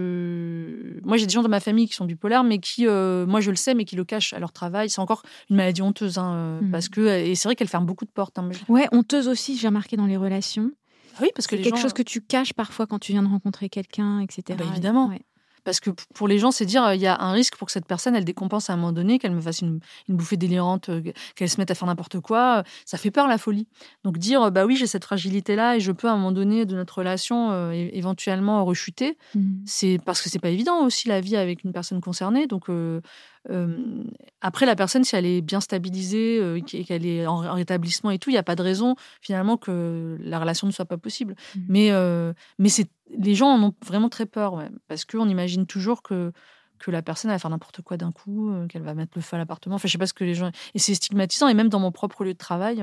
S4: des gens dans ma famille qui sont bipolaires, mais qui, moi je le sais, mais qui le cachent à leur travail. C'est encore une maladie honteuse, parce que, et c'est vrai qu'elle ferme beaucoup de portes.
S3: Ouais, honteuse aussi, j'ai remarqué dans les relations.
S4: Oui, parce que
S3: c'est quelque chose que tu caches parfois quand tu viens de rencontrer quelqu'un, etc.
S4: Évidemment. Ouais. Parce que pour les gens, c'est dire il y a un risque pour que cette personne, elle décompense à un moment donné, qu'elle me fasse une bouffée délirante, qu'elle se mette à faire n'importe quoi. Ça fait peur, la folie. Donc dire, oui, j'ai cette fragilité-là et je peux, à un moment donné de notre relation, éventuellement rechuter, c'est parce que c'est pas évident aussi, la vie avec une personne concernée. Donc, après, la personne, si elle est bien stabilisée, qu'elle est en rétablissement et tout, il n'y a pas de raison, finalement, que la relation ne soit pas possible. Mais les gens en ont vraiment très peur, ouais, parce qu'on imagine toujours que la personne va faire n'importe quoi d'un coup, qu'elle va mettre le feu à l'appartement. Enfin, je sais pas ce que les gens... Et c'est stigmatisant. Et même dans mon propre lieu de travail...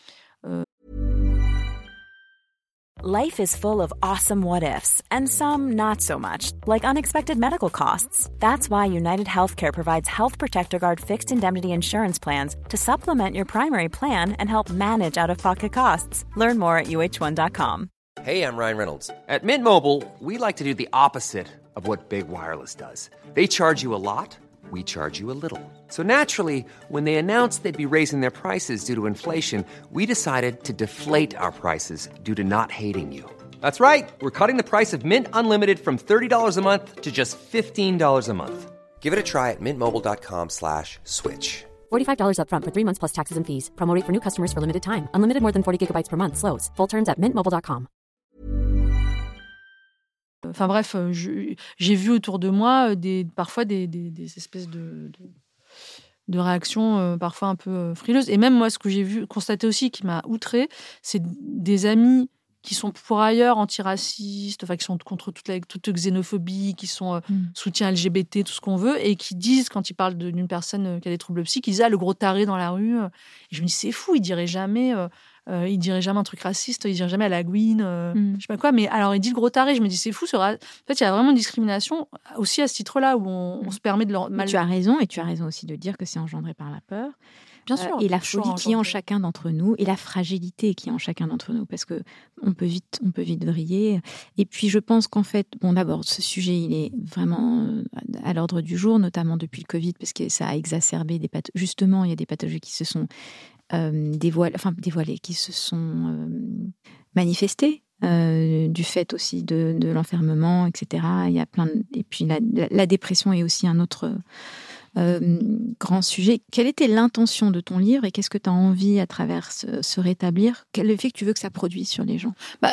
S5: Life is full of awesome what-ifs, and some not so much, like unexpected medical costs. That's why United Healthcare provides Health Protector Guard fixed indemnity insurance plans to supplement your primary plan and help manage out-of-pocket costs. Learn more at uh1.com.
S1: Hey, I'm Ryan Reynolds. At Mint Mobile, we like to do the opposite of what Big Wireless does. They charge you a lot, we charge you a little. So naturally, when they announced they'd be raising their prices due to inflation, we decided to deflate our prices due to not hating you. That's right. We're cutting the price of Mint Unlimited from $30 a month to just $15 a month. Give it a try at mintmobile.com/switch.
S2: $45 upfront for 3 months plus taxes and fees. Promo rate for new customers for limited time. Unlimited more than 40 gigabytes per month. Slows full terms at mintmobile.com.
S4: Enfin bref, j'ai vu autour de moi parfois des espèces de réactions parfois un peu frileuses. Et même moi, ce que j'ai constaté aussi qui m'a outrée, c'est des amis qui sont pour ailleurs antiracistes, enfin qui sont contre toute xénophobie, qui sont soutien LGBT, tout ce qu'on veut, et qui disent, quand ils parlent d'une personne qui a des troubles psy, qu'ils disent le gros taré dans la rue. Et je me dis, c'est fou, il dirait jamais un truc raciste, il dirait jamais à la Gouine, je sais pas quoi, mais alors il dit le gros taré, je me dis, c'est fou, en fait, il y a vraiment une discrimination aussi à ce titre-là, où on se permet de leur mal...
S3: Tu as raison, et tu as raison aussi de dire que c'est engendré par la peur.
S4: Bien sûr,
S3: et la folie qui est en chacun d'entre nous, et la fragilité qui est en chacun d'entre nous, parce que on peut vite vriller. Et puis je pense qu'en fait, d'abord, ce sujet, il est vraiment à l'ordre du jour, notamment depuis le Covid, parce que ça a exacerbé justement, il y a des pathologies qui se sont dévoilées, qui se sont manifestées. Du fait aussi de l'enfermement, etc. Il y a et puis la dépression est aussi un autre grand sujet. Quelle était l'intention de ton livre et qu'est-ce que tu as envie à travers ce rétablir? Quel effet que tu veux que ça produise sur les gens?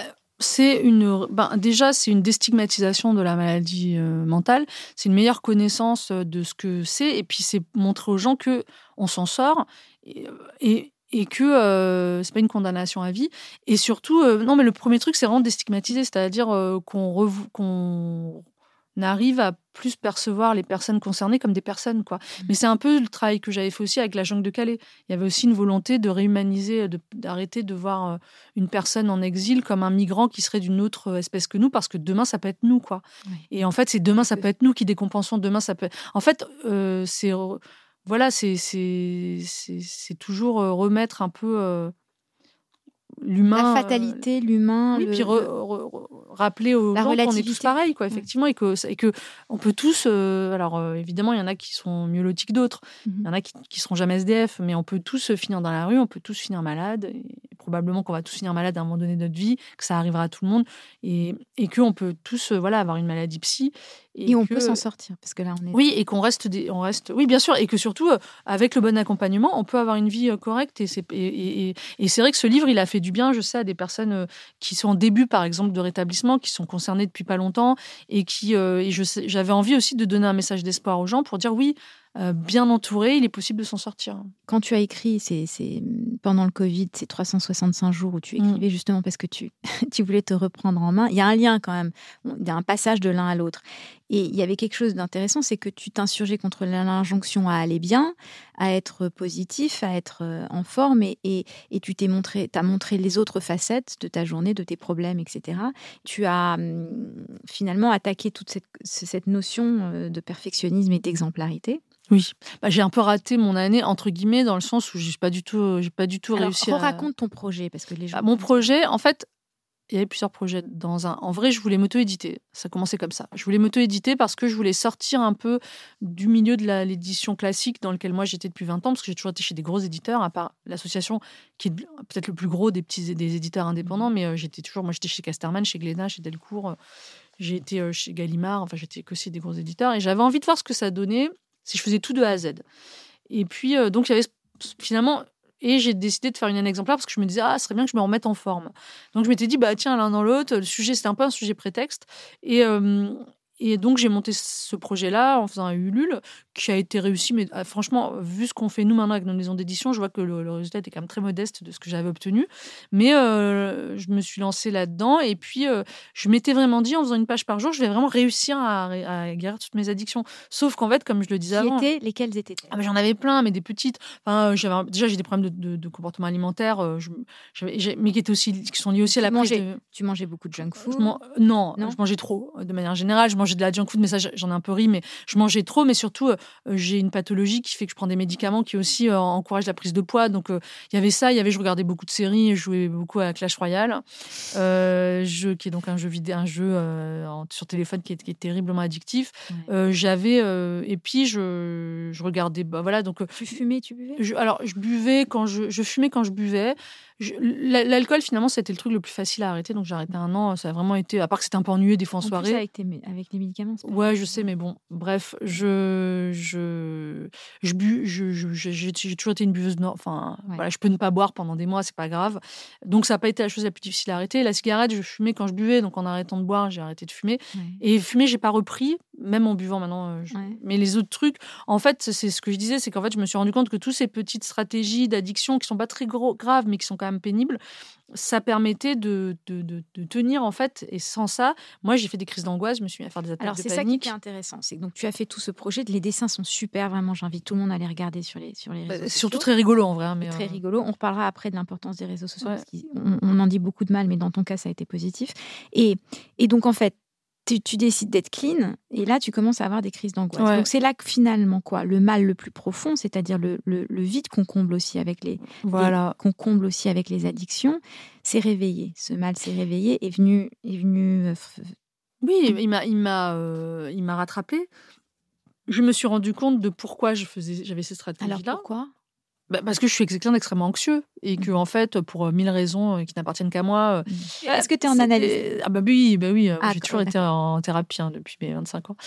S4: Déjà, c'est une déstigmatisation de la maladie mentale. C'est une meilleure connaissance de ce que c'est. Et puis, c'est montrer aux gens qu'on s'en sort et que c'est pas une condamnation à vie. Et surtout, mais le premier truc, c'est vraiment déstigmatiser. C'est-à-dire qu'on arrive à plus percevoir les personnes concernées comme des personnes, quoi. Mais c'est un peu le travail que j'avais fait aussi avec la jungle de Calais. Il y avait aussi une volonté de réhumaniser, d'arrêter de voir une personne en exil comme un migrant qui serait d'une autre espèce que nous, parce que demain, ça peut être nous, quoi. Oui. Et en fait, c'est demain, ça peut être nous qui décompensons. Demain, ça peut... En fait, c'est toujours remettre un peu... l'humain,
S3: la fatalité, l'humain,
S4: oui, puis rappeler aux gens qu'on est tous pareils, quoi, effectivement, et que on peut tous. Alors évidemment, il y en a qui sont mieux lotis que d'autres, il y en a qui seront jamais SDF, mais on peut tous finir dans la rue, on peut tous finir malade, et probablement qu'on va tous finir malade à un moment donné de notre vie, que ça arrivera à tout le monde, et qu'on peut tous avoir une maladie psy.
S3: Et on peut s'en sortir, parce que là, on est...
S4: Oui, et qu'on reste... Oui, bien sûr, et que surtout, avec le bon accompagnement, on peut avoir une vie correcte. Et c'est vrai que ce livre, il a fait du bien, je sais, à des personnes qui sont en début, par exemple, de rétablissement, qui sont concernées depuis pas longtemps, et j'avais envie aussi de donner un message d'espoir aux gens pour dire oui, bien entouré, il est possible de s'en sortir.
S3: Quand tu as écrit, c'est pendant le Covid, ces 365 jours où tu écrivais justement parce que tu voulais te reprendre en main, il y a un lien quand même, il y a un passage de l'un à l'autre. Et il y avait quelque chose d'intéressant, c'est que tu t'insurgeais contre l'injonction à aller bien, à être positif, à être en forme, et tu t'as montré les autres facettes de ta journée, de tes problèmes, etc. Tu as finalement attaqué toute cette notion de perfectionnisme et d'exemplarité.
S4: Oui, j'ai un peu raté mon année, entre guillemets, dans le sens où j'ai pas du tout réussi à...
S3: raconte ton projet, parce que les gens...
S4: Mon projet, en fait, il y avait plusieurs projets. En vrai, je voulais m'auto-éditer. Ça commençait comme ça. Je voulais m'auto-éditer parce que je voulais sortir un peu du milieu de l'édition classique dans lequel moi j'étais depuis 20 ans, parce que j'ai toujours été chez des gros éditeurs, à part l'association qui est peut-être le plus gros des éditeurs indépendants, mais j'étais chez Casterman, chez Glénat, chez Delcourt, j'ai été chez Gallimard, enfin j'étais aussi des gros éditeurs, et j'avais envie de voir ce que ça donnait si je faisais tout de A à Z. Et puis, donc, il y avait finalement... Et j'ai décidé de faire une année exemplaire parce que je me disais, ce serait bien que je me remette en forme. Donc, je m'étais dit, tiens, l'un dans l'autre, le sujet, c'était un peu un sujet prétexte. Et donc, j'ai monté ce projet-là en faisant un Ulule qui a été réussi. Mais franchement, vu ce qu'on fait nous maintenant avec nos maisons d'édition, je vois que le résultat était quand même très modeste de ce que j'avais obtenu. Mais je me suis lancée là-dedans. Et puis, je m'étais vraiment dit, en faisant une page par jour, je vais vraiment réussir à guérir toutes mes addictions. Sauf qu'en fait, comme je le disais avant...
S3: Lesquelles étaient-elles?
S4: J'en avais plein, mais des petites. Enfin, déjà, j'ai des problèmes de comportement alimentaire, mais qui sont liés aussi à la prise de...
S3: Tu mangeais beaucoup de junk food?
S4: Non, je mangeais trop, de manière générale. Je mangeais de la junk food, mais ça, j'en ai un peu ri, mais je mangeais trop, mais surtout, j'ai une pathologie qui fait que je prends des médicaments qui aussi encouragent la prise de poids. Donc, il y avait ça, je regardais beaucoup de séries, je jouais beaucoup à Clash Royale, qui est donc un jeu sur téléphone qui est terriblement addictif. Ouais. Et puis, je regardais... donc,
S3: tu fumais, tu buvais?
S4: Je buvais je fumais quand je buvais. L'alcool, finalement, c'était le truc le plus facile à arrêter. Donc, j'ai arrêté 1 an. Ça a vraiment été... À part que c'était un peu ennuyeux, des fois en soirée.
S3: Plus avec les médicaments.
S4: Ouais, je sais, mais bon, bref, j'ai toujours été une buveuse. Enfin, voilà, je peux ne pas boire pendant des mois, c'est pas grave. Donc, ça n'a pas été la chose la plus difficile à arrêter. La cigarette, je fumais quand je buvais, donc en arrêtant de boire, j'ai arrêté de fumer. Ouais. Et fumer, j'ai pas repris, même en buvant maintenant. Mais les autres trucs, en fait, c'est ce que je disais, c'est qu'en fait, je me suis rendu compte que toutes ces petites stratégies d'addiction qui sont pas très graves, mais qui sont quand même pénibles, ça permettait de tenir, en fait. Et sans ça, moi, j'ai fait des crises d'angoisse, je me suis mis à faire des attaques de panique.
S3: Alors, c'est ça qui est intéressant. C'est que donc, tu as fait tout ce projet. Les dessins sont super, vraiment. J'invite tout le monde à les regarder sur les réseaux sociaux.
S4: Surtout très rigolo, en vrai. Mais
S3: très rigolo. On reparlera après de l'importance des réseaux sociaux, parce qu'on en dit beaucoup de mal, mais dans ton cas, ça a été positif. Et donc, en fait, tu décides d'être clean, et là, tu commences à avoir des crises d'angoisse. Ouais. Donc, c'est là que finalement, le mal le plus profond, c'est-à-dire le vide qu'on comble aussi avec qu'on comble aussi avec les addictions, s'est réveillé. Ce mal s'est réveillé, est venu.
S4: Oui, il m'a rattrapé. Je me suis rendu compte de pourquoi j'avais ces stratégies-là.
S3: Alors pourquoi ?
S4: Parce que je suis quelqu'un d'extrêmement anxieux et que, en fait, pour 1000 raisons qui n'appartiennent qu'à moi.
S3: Est-ce que tu es en analyse ?
S4: Oui. J'ai toujours été en thérapie depuis mes 25 ans.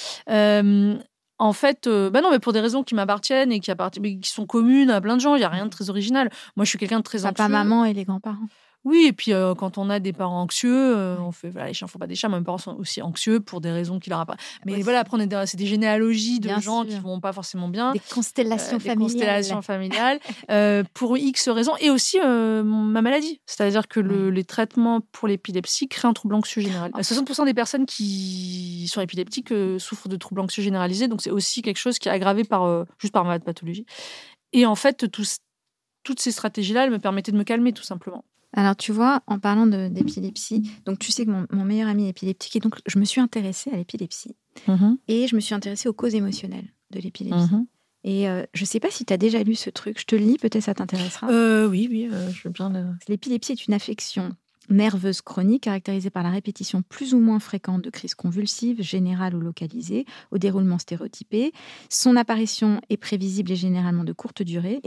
S4: En fait, non, mais pour des raisons qui m'appartiennent et qui sont communes à plein de gens, il n'y a rien de très original. Moi, je suis quelqu'un de très anxieux.
S3: Papa, maman et les grands-parents.
S4: Oui, et puis quand on a des parents anxieux, on fait les chiens font pas des chats, mes parents sont aussi anxieux pour des raisons qui leur appartiennent. Mais voilà, après, c'est des généalogies de gens qui vont pas forcément bien.
S3: Des constellations familiales.
S4: Pour X raisons. Et aussi ma maladie. C'est-à-dire que les traitements pour l'épilepsie créent un trouble anxieux général. 60% des personnes qui sont épileptiques souffrent de troubles anxieux généralisés. Donc, c'est aussi quelque chose qui est aggravé juste par ma pathologie. Et en fait, toutes ces stratégies-là, elles me permettaient de me calmer, tout simplement.
S3: Alors, tu vois, en parlant d'épilepsie, donc tu sais que mon meilleur ami est épileptique, et donc je me suis intéressée à l'épilepsie. Et je me suis intéressée aux causes émotionnelles de l'épilepsie. Et je ne sais pas si tu as déjà lu ce truc. Je te le lis, peut-être ça t'intéressera.
S4: Oui, je veux bien.
S3: L'épilepsie est une affection nerveuse chronique caractérisée par la répétition plus ou moins fréquente de crises convulsives, générales ou localisées, au déroulement stéréotypé. Son apparition est imprévisible et généralement de courte durée.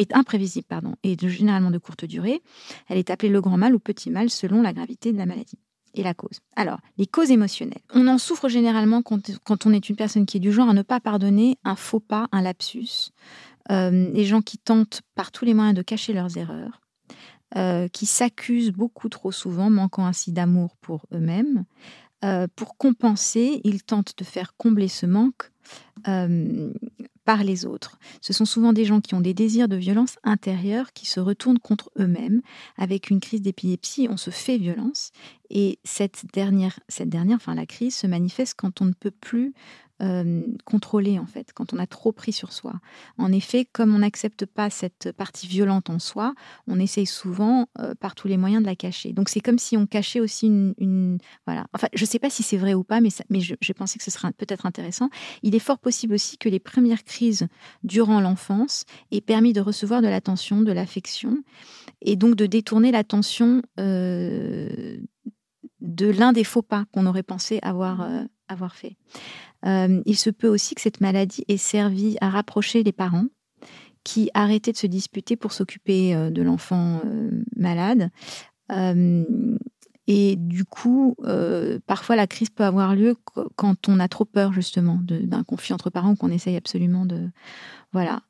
S3: Elle est appelée le grand mal ou petit mal selon la gravité de la maladie et la cause. Alors, les causes émotionnelles. On en souffre généralement quand on est une personne qui est du genre à ne pas pardonner un faux pas, un lapsus. Les gens qui tentent par tous les moyens de cacher leurs erreurs. Qui s'accusent beaucoup trop souvent, manquant ainsi d'amour pour eux-mêmes. Pour compenser, ils tentent de faire combler ce manque par les autres. Ce sont souvent des gens qui ont des désirs de violence intérieure qui se retournent contre eux-mêmes. Avec une crise d'épilepsie, on se fait violence. Et cette dernière, la crise, se manifeste quand on ne peut plus contrôler, en fait, quand on a trop pris sur soi. En effet, comme on n'accepte pas cette partie violente en soi, on essaye souvent par tous les moyens de la cacher. Donc c'est comme si on cachait aussi une voilà. Enfin, je ne sais pas si c'est vrai ou pas, mais j'ai pensé que ce serait peut-être intéressant. Il est fort possible aussi que les premières crises durant l'enfance aient permis de recevoir de l'attention, de l'affection, et donc de détourner l'attention de l'un des faux pas qu'on aurait pensé avoir fait. Il se peut aussi que cette maladie ait servi à rapprocher les parents qui arrêtaient de se disputer pour s'occuper de l'enfant malade. Et du coup, parfois la crise peut avoir lieu quand on a trop peur justement d'un conflit entre parents ou qu'on essaye absolument de... Voilà.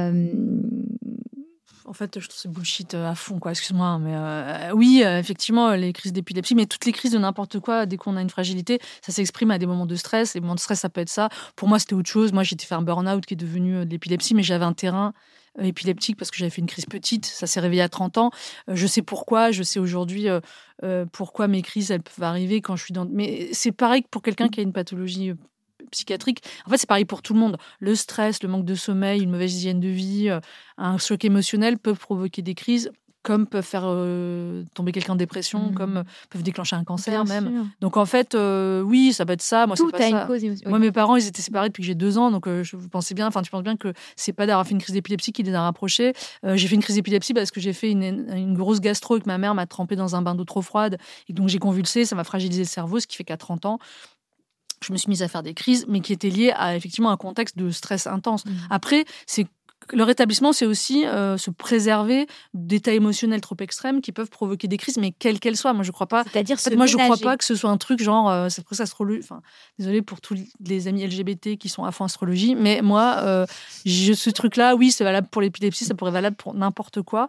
S4: En fait, je trouve c'est bullshit à fond, quoi. Excuse-moi, mais oui, effectivement, les crises d'épilepsie, mais toutes les crises de n'importe quoi, dès qu'on a une fragilité, ça s'exprime à des moments de stress. Les moments de stress, ça peut être ça. Pour moi, c'était autre chose. Moi, j'ai fait un burn-out qui est devenu de l'épilepsie, mais j'avais un terrain épileptique parce que j'avais fait une crise petite. Ça s'est réveillé à 30 ans. Je sais pourquoi. Je sais aujourd'hui pourquoi mes crises, elles peuvent arriver quand je suis dans... Mais c'est pareil que pour quelqu'un qui a une pathologie psychiatrique. En fait, c'est pareil pour tout le monde. Le stress, le manque de sommeil, une mauvaise hygiène de vie, un choc émotionnel peuvent provoquer des crises, comme peuvent faire tomber quelqu'un en dépression, comme peuvent déclencher un cancer. Bien même. Sûr. Donc en fait, oui, ça peut être ça. Moi,
S3: tout
S4: c'est pas
S3: a
S4: ça.
S3: Une cause émotionnelle.
S4: Moi, mes parents, ils étaient séparés depuis que j'ai 2 ans, donc tu penses bien que c'est pas d'avoir fait une crise d'épilepsie qui les a rapprochés. J'ai fait une crise d'épilepsie parce que j'ai fait une grosse gastro et que ma mère m'a trempée dans un bain d'eau trop froide et donc j'ai convulsé, ça m'a fragilisé le cerveau, ce qui fait qu'à 30 ans, je me suis mise à faire des crises, mais qui étaient liées à effectivement un contexte de stress intense. Après, c'est Le rétablissement, c'est aussi se préserver d'états émotionnels trop extrêmes qui peuvent provoquer des crises, mais quelles qu'elles soient. Moi, je crois pas.
S3: C'est-à-dire
S4: je crois pas que ce soit un truc genre c'est presque astrologie. Enfin, désolé pour tous les amis LGBT qui sont à fond astrologie, mais moi, ce truc-là, oui, c'est valable pour l'épilepsie, ça pourrait être valable pour n'importe quoi.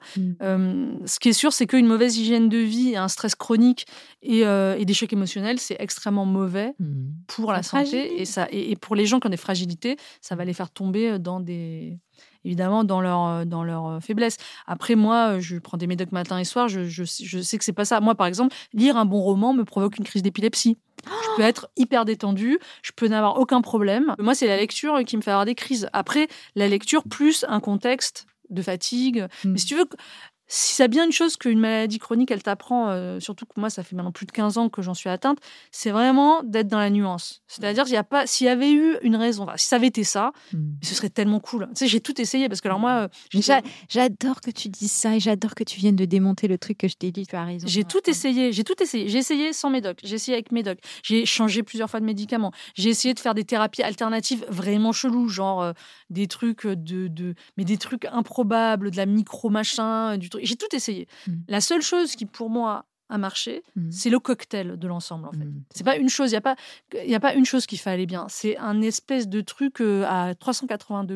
S4: Ce qui est sûr, c'est qu'une mauvaise hygiène de vie, un stress chronique et des chocs émotionnels, c'est extrêmement mauvais pour la santé et pour les gens qui ont des fragilités, ça va les faire tomber évidemment dans leur faiblesse. Après, moi, je prends des médocs matin et soir, je sais que c'est pas ça. Moi, par exemple, lire un bon roman me provoque une crise d'épilepsie. Je peux être hyper détendue, je peux n'avoir aucun problème. Moi, c'est la lecture qui me fait avoir des crises. Après, la lecture plus un contexte de fatigue. Mais si tu veux... Si ça a bien une chose qu'une maladie chronique, elle t'apprend, surtout que moi, ça fait maintenant plus de 15 ans que j'en suis atteinte, c'est vraiment d'être dans la nuance. C'est-à-dire, s'il y avait eu une raison, si ça avait été ça, ce serait tellement cool. Tu sais, j'ai tout essayé parce que alors moi...
S3: J'adore que tu dises ça et j'adore que tu viennes de démonter le truc que je t'ai dit, tu as raison.
S4: J'ai tout essayé. J'ai essayé sans médoc, j'ai essayé avec médoc, j'ai changé plusieurs fois de médicaments, j'ai essayé de faire des thérapies alternatives vraiment cheloues, genre des trucs mais des trucs improbables, de la micro-machin, du truc. J'ai tout essayé. La seule chose qui, pour moi, a marché, c'est le cocktail de l'ensemble, en fait. C'est pas une chose, il y a pas une chose qui fait aller bien. C'est un espèce de truc à 360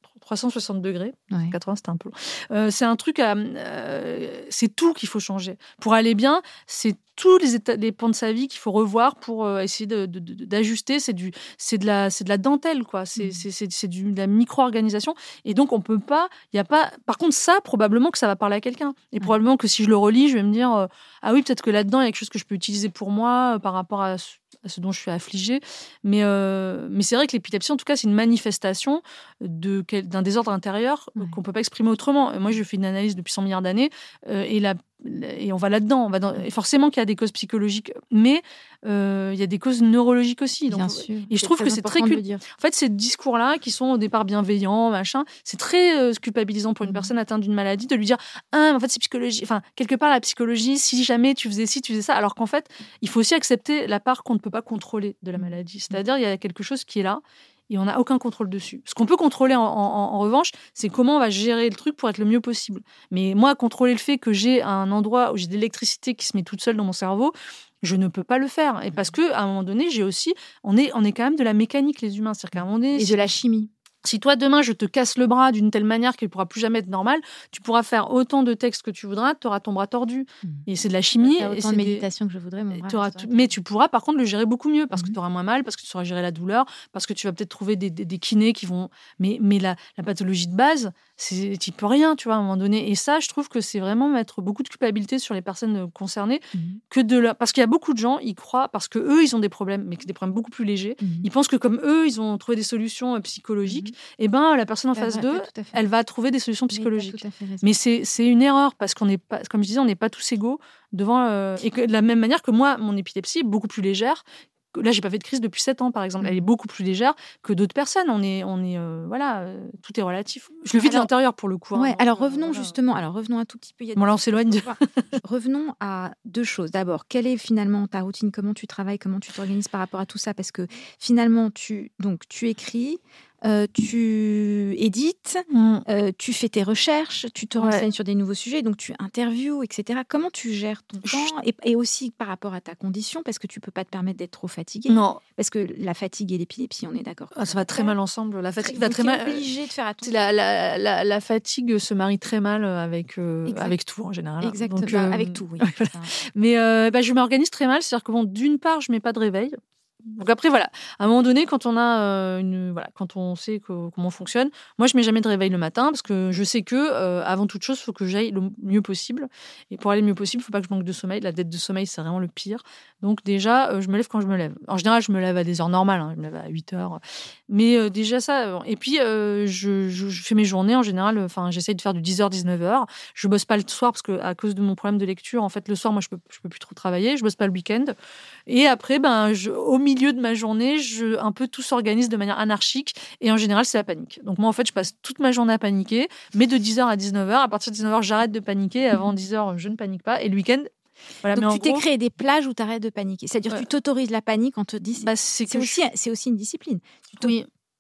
S4: degrés. Ouais. 80, c'était un peu long. C'est un truc c'est tout qu'il faut changer. Pour aller bien, c'est tous les pans de sa vie qu'il faut revoir pour essayer d'ajuster. C'est de la dentelle, quoi. C'est de la micro-organisation. Et donc, on peut pas... Par contre, ça, probablement que ça va parler à quelqu'un. Et probablement que si je le relis, je vais me dire ah oui, peut-être que là-dedans, il y a quelque chose que je peux utiliser pour moi par rapport à ce dont je suis affligée. Mais c'est vrai que l'épilepsie, en tout cas, c'est une manifestation d'un désordre intérieur qu'on ne peut pas exprimer autrement. Moi, je fais une analyse depuis 100 milliards d'années et on va là-dedans. Et forcément qu'il y a des causes psychologiques, mais il y a des causes neurologiques aussi. Donc,
S3: bien sûr.
S4: Et je trouve que c'est très... En fait, ces discours-là, qui sont au départ bienveillants, machin, c'est très culpabilisant pour une personne atteinte d'une maladie de lui dire « Ah, mais en fait, c'est psychologie. » Enfin, quelque part, la psychologie, si jamais tu faisais ci, tu faisais ça. Alors qu'en fait, il faut aussi accepter la part qu'on ne peut pas contrôler de la maladie. C'est-à-dire, il y a quelque chose qui est là et on n'a aucun contrôle dessus. Ce qu'on peut contrôler, en revanche, c'est comment on va gérer le truc pour être le mieux possible. Mais moi, contrôler le fait que j'ai un endroit où j'ai de l'électricité qui se met toute seule dans mon cerveau, je ne peux pas le faire. Et parce qu'à un moment donné, on est quand même de la mécanique, les humains. C'est-à-dire qu'à un moment donné...
S3: Et de la chimie.
S4: Si toi, demain, je te casse le bras d'une telle manière qu'il ne pourra plus jamais être normal, tu pourras faire autant de textes que tu voudras, tu auras ton bras tordu. Et c'est de la chimie.
S3: Il y a autant de méditation que je voudrais, mon bras.
S4: Mais tu pourras, par contre, le gérer beaucoup mieux parce que tu auras moins mal, parce que tu sauras gérer la douleur, parce que tu vas peut-être trouver des kinés qui vont... Mais la pathologie de base, tu n'y peux rien, tu vois, à un moment donné. Et ça, je trouve que c'est vraiment mettre beaucoup de culpabilité sur les personnes concernées. Parce qu'il y a beaucoup de gens, ils croient, parce qu'eux, ils ont des problèmes, mais des problèmes beaucoup plus légers. Ils pensent que comme eux, ils ont trouvé des solutions psychologiques, et ben la personne en face d'eux, elle va trouver des solutions psychologiques. Mais c'est une erreur parce qu'on n'est pas, comme je disais, on n'est pas tous égaux devant. Et que de la même manière que moi, mon épilepsie est beaucoup plus légère. Là, j'ai pas fait de crise depuis 7 ans, par exemple. Elle est beaucoup plus légère que d'autres personnes. Voilà, tout est relatif. Je le vis de l'intérieur pour le coup.
S3: Ouais. Alors revenons un tout petit peu.
S4: Bon, là, on s'éloigne.
S3: Revenons à 2 choses. D'abord, quelle est finalement ta routine? Comment tu travailles? Comment tu t'organises par rapport à tout ça? Parce que finalement, tu écris. Tu édites, tu fais tes recherches, tu te renseignes sur des nouveaux sujets, donc tu interviews, etc. Comment tu gères ton temps et aussi par rapport à ta condition, parce que tu peux pas te permettre d'être trop fatiguée.
S4: Non.
S3: Parce que la fatigue et l'épilepsie, on est d'accord.
S4: Ça va très mal ensemble. La fatigue va très mal.
S3: Tu es obligé de faire attention.
S4: La fatigue se marie très mal avec tout en général.
S3: Exactement.
S4: Donc,
S3: avec tout, oui.
S4: Voilà. Mais je m'organise très mal. C'est-à-dire que d'une part, je mets pas de réveil. Donc après, voilà, à un moment donné, quand on a quand on sait comment on fonctionne, moi, je mets jamais de réveil le matin parce que je sais que, avant toute chose, il faut que j'aille le mieux possible. Et pour aller le mieux possible, il ne faut pas que je manque de sommeil. La dette de sommeil, c'est vraiment le pire. Donc déjà, je me lève quand je me lève. En général, je me lève à des heures normales. Je me lève à 8 heures. Mais déjà ça... Et puis, je fais mes journées, en général. J'essaye de faire du 10h, 19h. Je ne bosse pas le soir parce qu'à cause de mon problème de lecture, en fait, le soir, moi, je peux plus trop travailler. Je ne bosse pas le week-end. Et après, au milieu de ma journée, un peu tout s'organise de manière anarchique et en général, c'est la panique. Donc moi, en fait, je passe toute ma journée à paniquer, mais de 10h à 19h. À partir de 19h, j'arrête de paniquer. Avant 10h, je ne panique pas. Et le week-end... Voilà,
S3: donc tu t'es créé des plages où tu arrêtes de paniquer. C'est-à-dire que tu t'autorises la panique, on te dit... c'est aussi une discipline.
S4: Oui.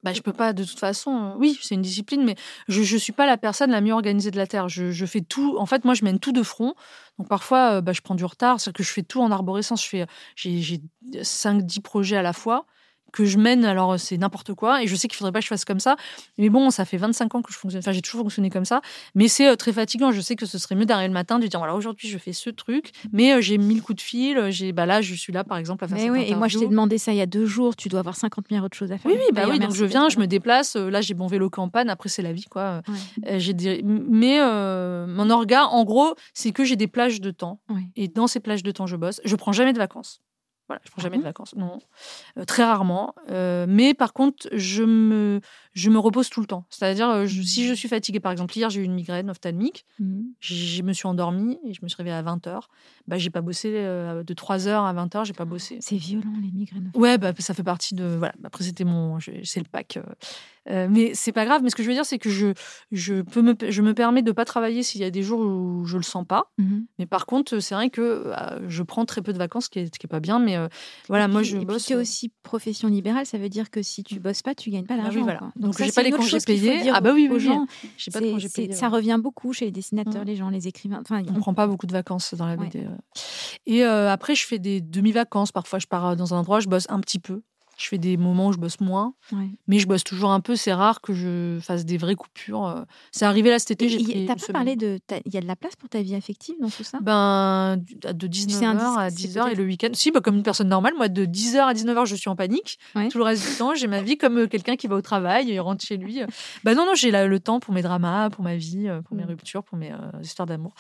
S4: Je peux pas, de toute façon. Oui, c'est une discipline, mais je suis pas la personne la mieux organisée de la Terre. Je fais tout. En fait, moi, je mène tout de front. Donc, parfois, je prends du retard. C'est-à-dire que je fais tout en arborescence. J'ai 5-10 projets à la fois que je mène. Alors, c'est n'importe quoi. Et je sais qu'il faudrait pas que je fasse comme ça. Mais bon, ça fait 25 ans que je fonctionne. Enfin, j'ai toujours fonctionné comme ça. Mais c'est très fatigant. Je sais que ce serait mieux d'arriver le matin, de dire, voilà, aujourd'hui, je fais ce truc. Mais j'ai 1000 coups de fil. Là, je suis là, par exemple, à faire cette interview.
S3: Et moi, je t'ai demandé ça il y a 2 jours. Tu dois avoir 50 000 autres choses à faire.
S4: Oui. Donc, je viens, je me déplace. Là, j'ai mon vélo qui est en panne. Après, c'est la vie, quoi. Ouais. Mais mon orga, en gros, c'est que j'ai des plages de temps. Ouais. Et dans ces plages de temps, je bosse. Je prends jamais de vacances. Voilà, je prends jamais de vacances, non, très rarement. Mais par contre, je me repose tout le temps. C'est-à-dire, si je suis fatiguée, par exemple, hier j'ai eu une migraine ophtalmique, je me suis endormie et je me suis réveillée à 20h. J'ai pas bossé de 3h à 20h, j'ai pas bossé.
S3: C'est violent les migraines.
S4: Ouais, ça fait partie de voilà. Après c'était c'est le pack. Mais c'est pas grave. Mais ce que je veux dire, c'est que je me permets de pas travailler s'il y a des jours où je le sens pas. Mais par contre, c'est vrai que je prends très peu de vacances, ce qui est pas bien. Mais voilà, moi je bosse.
S3: Tu es aussi profession libérale, ça veut dire que si tu bosses pas, tu gagnes pas d'argent.
S4: Oui, voilà. Donc
S3: ça,
S4: j'ai pas les congés payés.
S3: Aux gens,
S4: j'ai pas de congés payés.
S3: Ça revient beaucoup chez les dessinateurs, les gens, les écrivains. Enfin,
S4: on prend pas beaucoup de vacances dans la BD. Et après, je fais des demi-vacances. Parfois, je pars dans un endroit, je bosse un petit peu. Je fais des moments où je bosse moins, mais je bosse toujours un peu. C'est rare que je fasse des vraies coupures. C'est arrivé là cet été.
S3: T'as pas parlé de... Il y a de la place pour ta vie affective dans tout ça ?
S4: De 19h à 10h et le week-end. Si, comme une personne normale, moi, de 10h à 19h, je suis en panique. Ouais. Tout le reste du temps, j'ai ma vie comme quelqu'un qui va au travail et rentre chez lui. Non, j'ai le temps pour mes dramas, pour ma vie, pour mes ruptures, pour mes histoires d'amour.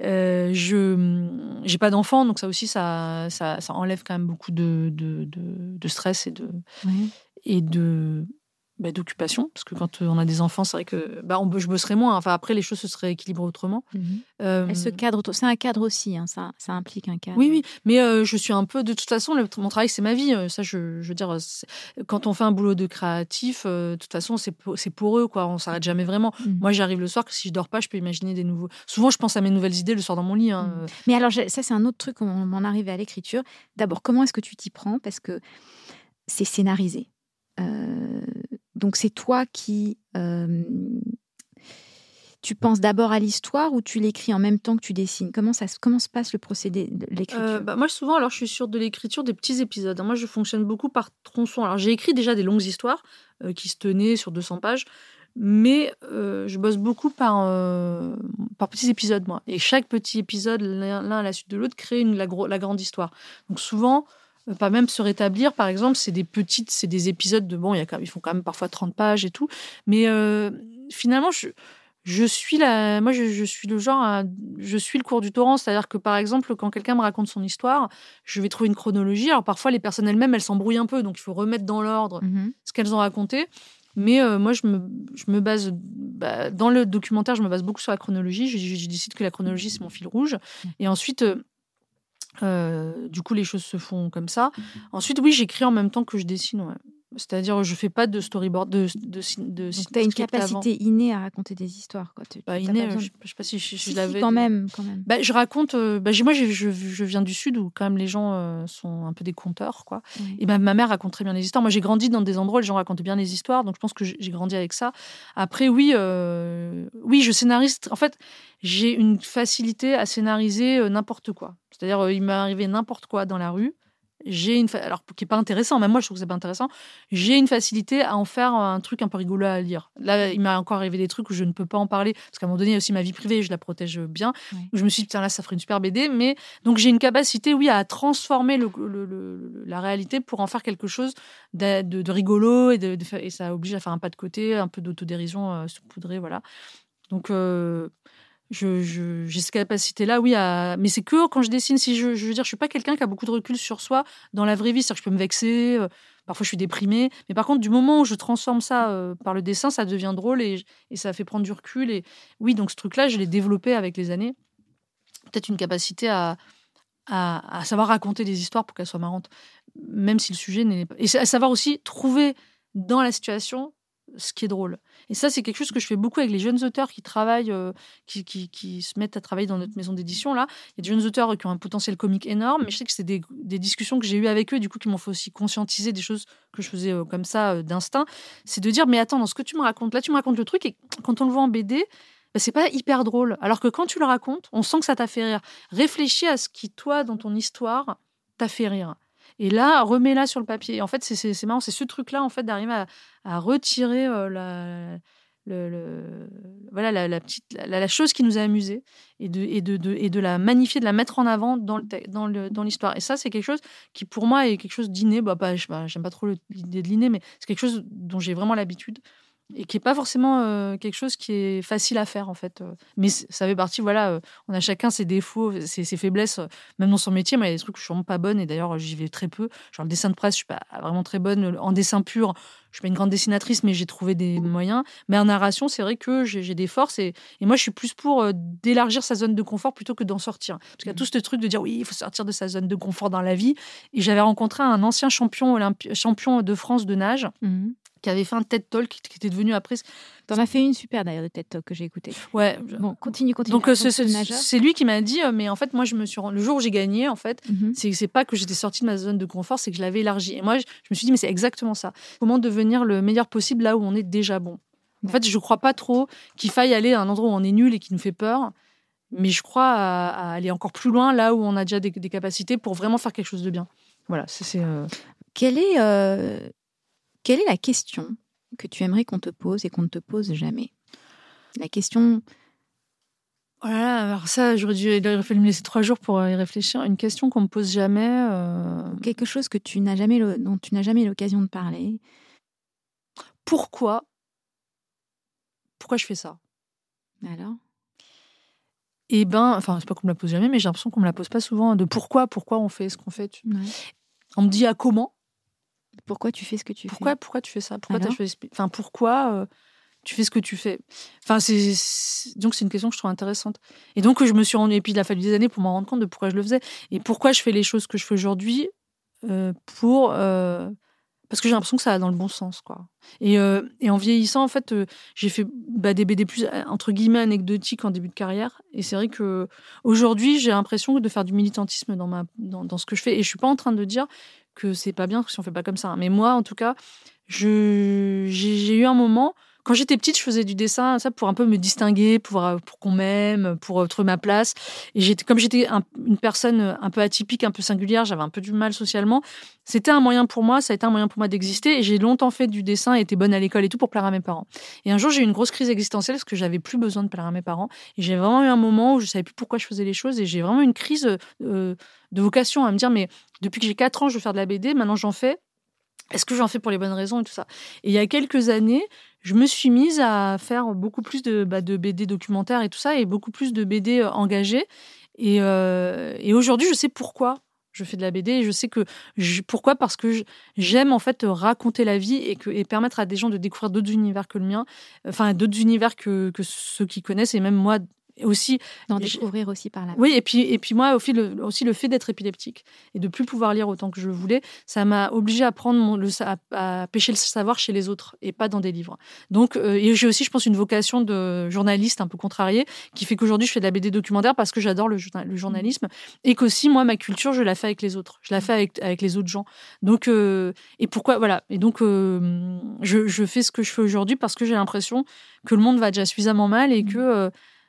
S4: J'ai pas d'enfant, donc ça aussi, ça enlève quand même beaucoup de stress et d'occupation, parce que quand on a des enfants, c'est vrai que je bosserai moins. Enfin, après, les choses se seraient équilibrées autrement.
S3: Elle se cadre, c'est un cadre aussi, hein, ça implique un cadre.
S4: Oui, mais je suis un peu, de toute façon, mon travail, c'est ma vie. Ça, je veux dire, quand on fait un boulot de créatif, de toute façon, c'est pour eux, quoi. On s'arrête jamais vraiment. Moi, j'arrive le soir, que si je dors pas, je peux imaginer des nouveaux. Souvent, je pense à mes nouvelles idées le soir dans mon lit. Hein.
S3: Mais alors, ça, c'est un autre truc, on m'en arrive à l'écriture. D'abord, comment est-ce que tu t'y prends ? Parce que c'est scénarisé. Donc, c'est toi qui... tu penses d'abord à l'histoire ou tu l'écris en même temps que tu dessines ? Comment se passe le procédé de l'écriture ?
S4: Moi, souvent, alors, je suis sur de l'écriture des petits épisodes. Moi, je fonctionne beaucoup par tronçons. Alors, j'ai écrit déjà des longues histoires qui se tenaient sur 200 pages. Mais je bosse beaucoup par petits épisodes, moi. Et chaque petit épisode, l'un à la suite de l'autre, crée la grande histoire. Donc, souvent... pas même se rétablir, par exemple, c'est des épisodes de ils font quand même parfois 30 pages et tout, mais finalement je suis le genre je suis le cours du torrent, c'est-à-dire que par exemple quand quelqu'un me raconte son histoire, je vais trouver une chronologie. Alors parfois les personnes elles-mêmes elles s'embrouillent un peu, donc il faut remettre dans l'ordre ce qu'elles ont raconté. Mais moi, je me base... dans le documentaire, je me base beaucoup sur la chronologie. Je décide que la chronologie, c'est mon fil rouge. Et ensuite, du coup, les choses se font comme ça. Ensuite, oui, j'écris en même temps que je dessine. Ouais. C'est-à-dire, je fais pas de storyboard, de
S3: tu as une capacité innée à raconter des histoires, quoi.
S4: Innée, je sais pas si je l'avais.
S3: Quand même.
S4: Je raconte. Moi, je viens du Sud où quand même les gens sont un peu des conteurs, quoi. Oui. Et ma mère raconte très bien les histoires. Moi, j'ai grandi dans des endroits où les gens racontaient bien les histoires, donc je pense que j'ai grandi avec ça. Après, oui, je scénarise. En fait, j'ai une facilité à scénariser n'importe quoi. C'est-à-dire, il m'est arrivé n'importe quoi dans la rue. Alors qui est pas intéressant, même moi je trouve que c'est pas intéressant, j'ai une facilité à en faire un truc un peu rigolo à lire. Là il m'est encore arrivé des trucs où je ne peux pas en parler parce qu'à un moment donné il y a aussi ma vie privée, je la protège bien. Je me suis dit putain là ça ferait une super BD, mais donc j'ai une capacité à transformer la réalité pour en faire quelque chose de rigolo et ça oblige à faire un pas de côté, un peu d'autodérision saupoudrée, voilà. Donc j'ai cette capacité-là, oui, mais c'est que quand je dessine. Si je veux dire, je suis pas quelqu'un qui a beaucoup de recul sur soi dans la vraie vie. C'est-à-dire que je peux me vexer, parfois je suis déprimée. Mais par contre, du moment où je transforme ça par le dessin, ça devient drôle et ça fait prendre du recul. Et oui, donc ce truc-là, je l'ai développé avec les années. Peut-être une capacité à savoir raconter des histoires pour qu'elles soient marrantes, même si le sujet n'est pas... Et à savoir aussi trouver dans la situation ce qui est drôle. Et ça, c'est quelque chose que je fais beaucoup avec les jeunes auteurs qui travaillent, qui se mettent à travailler dans notre maison d'édition. Là, il y a des jeunes auteurs qui ont un potentiel comique énorme, mais je sais que c'est des discussions que j'ai eues avec eux, du coup, qui m'ont fait aussi conscientiser des choses que je faisais comme ça, d'instinct. C'est de dire, mais attends, dans ce que tu me racontes, là, tu me racontes le truc, et quand on le voit en BD, c'est pas hyper drôle. Alors que quand tu le racontes, on sent que ça t'a fait rire. Réfléchis à ce qui, toi, dans ton histoire, t'a fait rire. Et là, remets-la sur le papier. En fait, c'est marrant, c'est ce truc-là, en fait, d'arriver à retirer la chose qui nous a amusés et de la magnifier, de la mettre en avant dans l'histoire. Et ça, c'est quelque chose qui, pour moi, est quelque chose d'inné. J'aime pas trop l'idée de l'inné, mais c'est quelque chose dont j'ai vraiment l'habitude et qui n'est pas forcément quelque chose qui est facile à faire, en fait. Mais ça fait partie, voilà, on a chacun ses défauts, ses faiblesses, même dans son métier. Moi, il y a des trucs où je suis vraiment pas bonne, et d'ailleurs, j'y vais très peu. Genre le dessin de presse, je suis pas vraiment très bonne. En dessin pur, je suis pas une grande dessinatrice, mais j'ai trouvé des moyens. Mais en narration, c'est vrai que j'ai des forces, et moi, je suis plus pour d'élargir sa zone de confort plutôt que d'en sortir. Parce qu'il y a tout ce truc de dire, oui, il faut sortir de sa zone de confort dans la vie. Et j'avais rencontré un ancien champion de France de nage, qui avait fait un TED Talk, qui était devenu après...
S3: T'en as fait une super, d'ailleurs, de TED Talk que j'ai écouté.
S4: Ouais.
S3: Bon, continue.
S4: Donc, c'est lui qui m'a dit, mais en fait, moi, le jour où j'ai gagné, en fait, c'est pas que j'étais sortie de ma zone de confort, c'est que je l'avais élargie. Et moi, je me suis dit, mais c'est exactement ça. Comment devenir le meilleur possible là où on est déjà bon. En fait, je crois pas trop qu'il faille aller à un endroit où on est nul et qui nous fait peur, mais je crois à aller encore plus loin là où on a déjà des capacités pour vraiment faire quelque chose de bien. Voilà,
S3: Quelle est la question que tu aimerais qu'on te pose et qu'on ne te pose jamais? La question...
S4: Oh là là, alors ça, il aurait fallu me laisser 3 jours pour y réfléchir. Une question qu'on me pose jamais...
S3: Quelque chose que dont tu n'as jamais l'occasion de parler.
S4: Pourquoi je fais ça?
S3: Alors?
S4: C'est pas qu'on me la pose jamais, mais j'ai l'impression qu'on me la pose pas souvent, de pourquoi on fait ce qu'on fait. Ouais. On me dit comment?
S3: Pourquoi tu fais ce que tu fais?
S4: Pourquoi tu fais ça? Pourquoi tu as choisi... pourquoi tu fais ce que tu fais? Donc, c'est une question que je trouve intéressante. Et donc, je me suis rendue... Et puis, il a fallu des années pour m'en rendre compte de pourquoi je le faisais. Et pourquoi je fais les choses que je fais aujourd'hui parce que j'ai l'impression que ça va dans le bon sens, quoi. Et en vieillissant, en fait, j'ai fait des BD plus, entre guillemets, anecdotiques en début de carrière. Et c'est vrai qu'aujourd'hui, j'ai l'impression de faire du militantisme dans ce que je fais. Et je suis pas en train de dire que c'est pas bien si on fait pas comme ça. Mais moi, en tout cas, j'ai eu un moment... Quand j'étais petite, je faisais du dessin, ça pour un peu me distinguer, pour qu'on m'aime, pour trouver ma place. Et comme j'étais une personne un peu atypique, un peu singulière, j'avais un peu du mal socialement. C'était un moyen pour moi, ça a été un moyen pour moi d'exister. Et j'ai longtemps fait du dessin, été bonne à l'école et tout pour plaire à mes parents. Et un jour, j'ai eu une grosse crise existentielle parce que j'avais plus besoin de plaire à mes parents. Et j'ai vraiment eu un moment où je savais plus pourquoi je faisais les choses. Et j'ai vraiment eu une crise de vocation à me dire, mais depuis que j'ai 4 ans, je veux faire de la BD, maintenant j'en fais. Est-ce que j'en fais pour les bonnes raisons et tout ça? Et il y a quelques années, je me suis mise à faire beaucoup plus de BD documentaires et tout ça, et beaucoup plus de BD engagées. Et aujourd'hui, je sais pourquoi je fais de la BD. Et je sais pourquoi, parce que j'aime en fait raconter la vie et permettre à des gens de découvrir d'autres univers que le mien, enfin d'autres univers que ceux qui connaissent, et même moi aussi
S3: d'en découvrir aussi par là.
S4: Oui, et puis moi aussi le fait d'être épileptique et de plus pouvoir lire autant que je voulais, ça m'a obligée à prendre à pêcher le savoir chez les autres et pas dans des livres. Donc et j'ai aussi, je pense, une vocation de journaliste un peu contrariée qui fait qu'aujourd'hui je fais de la BD documentaire parce que j'adore le journalisme, et qu'aussi moi ma culture je la fais avec les autres, je la fais avec les autres gens. Donc et pourquoi, voilà, et donc je fais ce que je fais aujourd'hui parce que j'ai l'impression que le monde va déjà suffisamment mal et que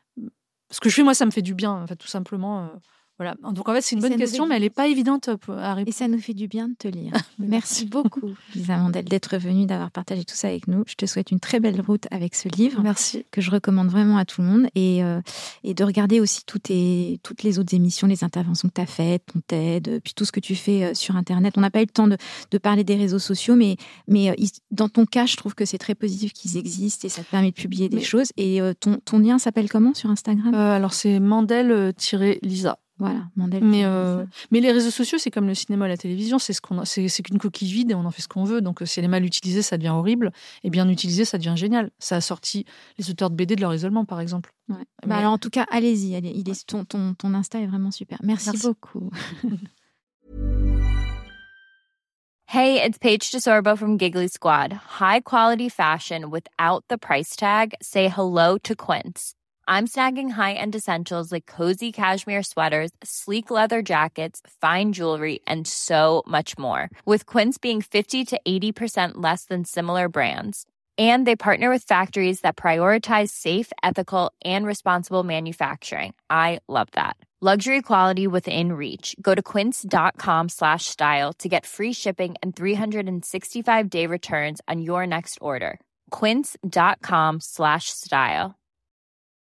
S4: ce que je fais, moi, ça me fait du bien, en fait, tout simplement. Voilà. Donc, en fait, c'est une bonne question, mais elle n'est pas évidente à répondre.
S3: Et ça nous fait du bien de te lire. Merci beaucoup, Lisa Mandel, d'être venue, d'avoir partagé tout ça avec nous. Je te souhaite une très belle route avec ce livre.
S4: Merci.
S3: Que je recommande vraiment à tout le monde. Et de regarder aussi toutes les autres émissions, les interventions que tu as faites, ton TED, puis tout ce que tu fais sur Internet. On n'a pas eu le temps de parler des réseaux sociaux, mais dans ton cas, je trouve que c'est très positif qu'ils existent et ça te permet de publier des choses. Et ton lien s'appelle comment sur Instagram?
S4: Alors, c'est Mandel-Lisa.
S3: Voilà, Mandel.
S4: Mais les réseaux sociaux, c'est comme le cinéma et la télévision, c'est qu'une coquille vide et on en fait ce qu'on veut. Donc, si elle est mal utilisée, ça devient horrible. Et bien utilisée, ça devient génial. Ça a sorti les auteurs de BD de leur isolement, par exemple.
S3: Ouais. Alors, en tout cas, allez-y. Ton Insta est vraiment super. Merci beaucoup.
S6: Hey, it's Paige DeSorbo from Giggly Squad. High quality fashion without the price tag. Say hello to Quince. I'm snagging high-end essentials like cozy cashmere sweaters, sleek leather jackets, fine jewelry, and so much more. With Quince being 50 to 80% less than similar brands. And they partner with factories that prioritize safe, ethical, and responsible manufacturing. I love that. Luxury quality within reach. Go to quince.com/style to get free shipping and 365-day returns on your next order. Quince.com/style.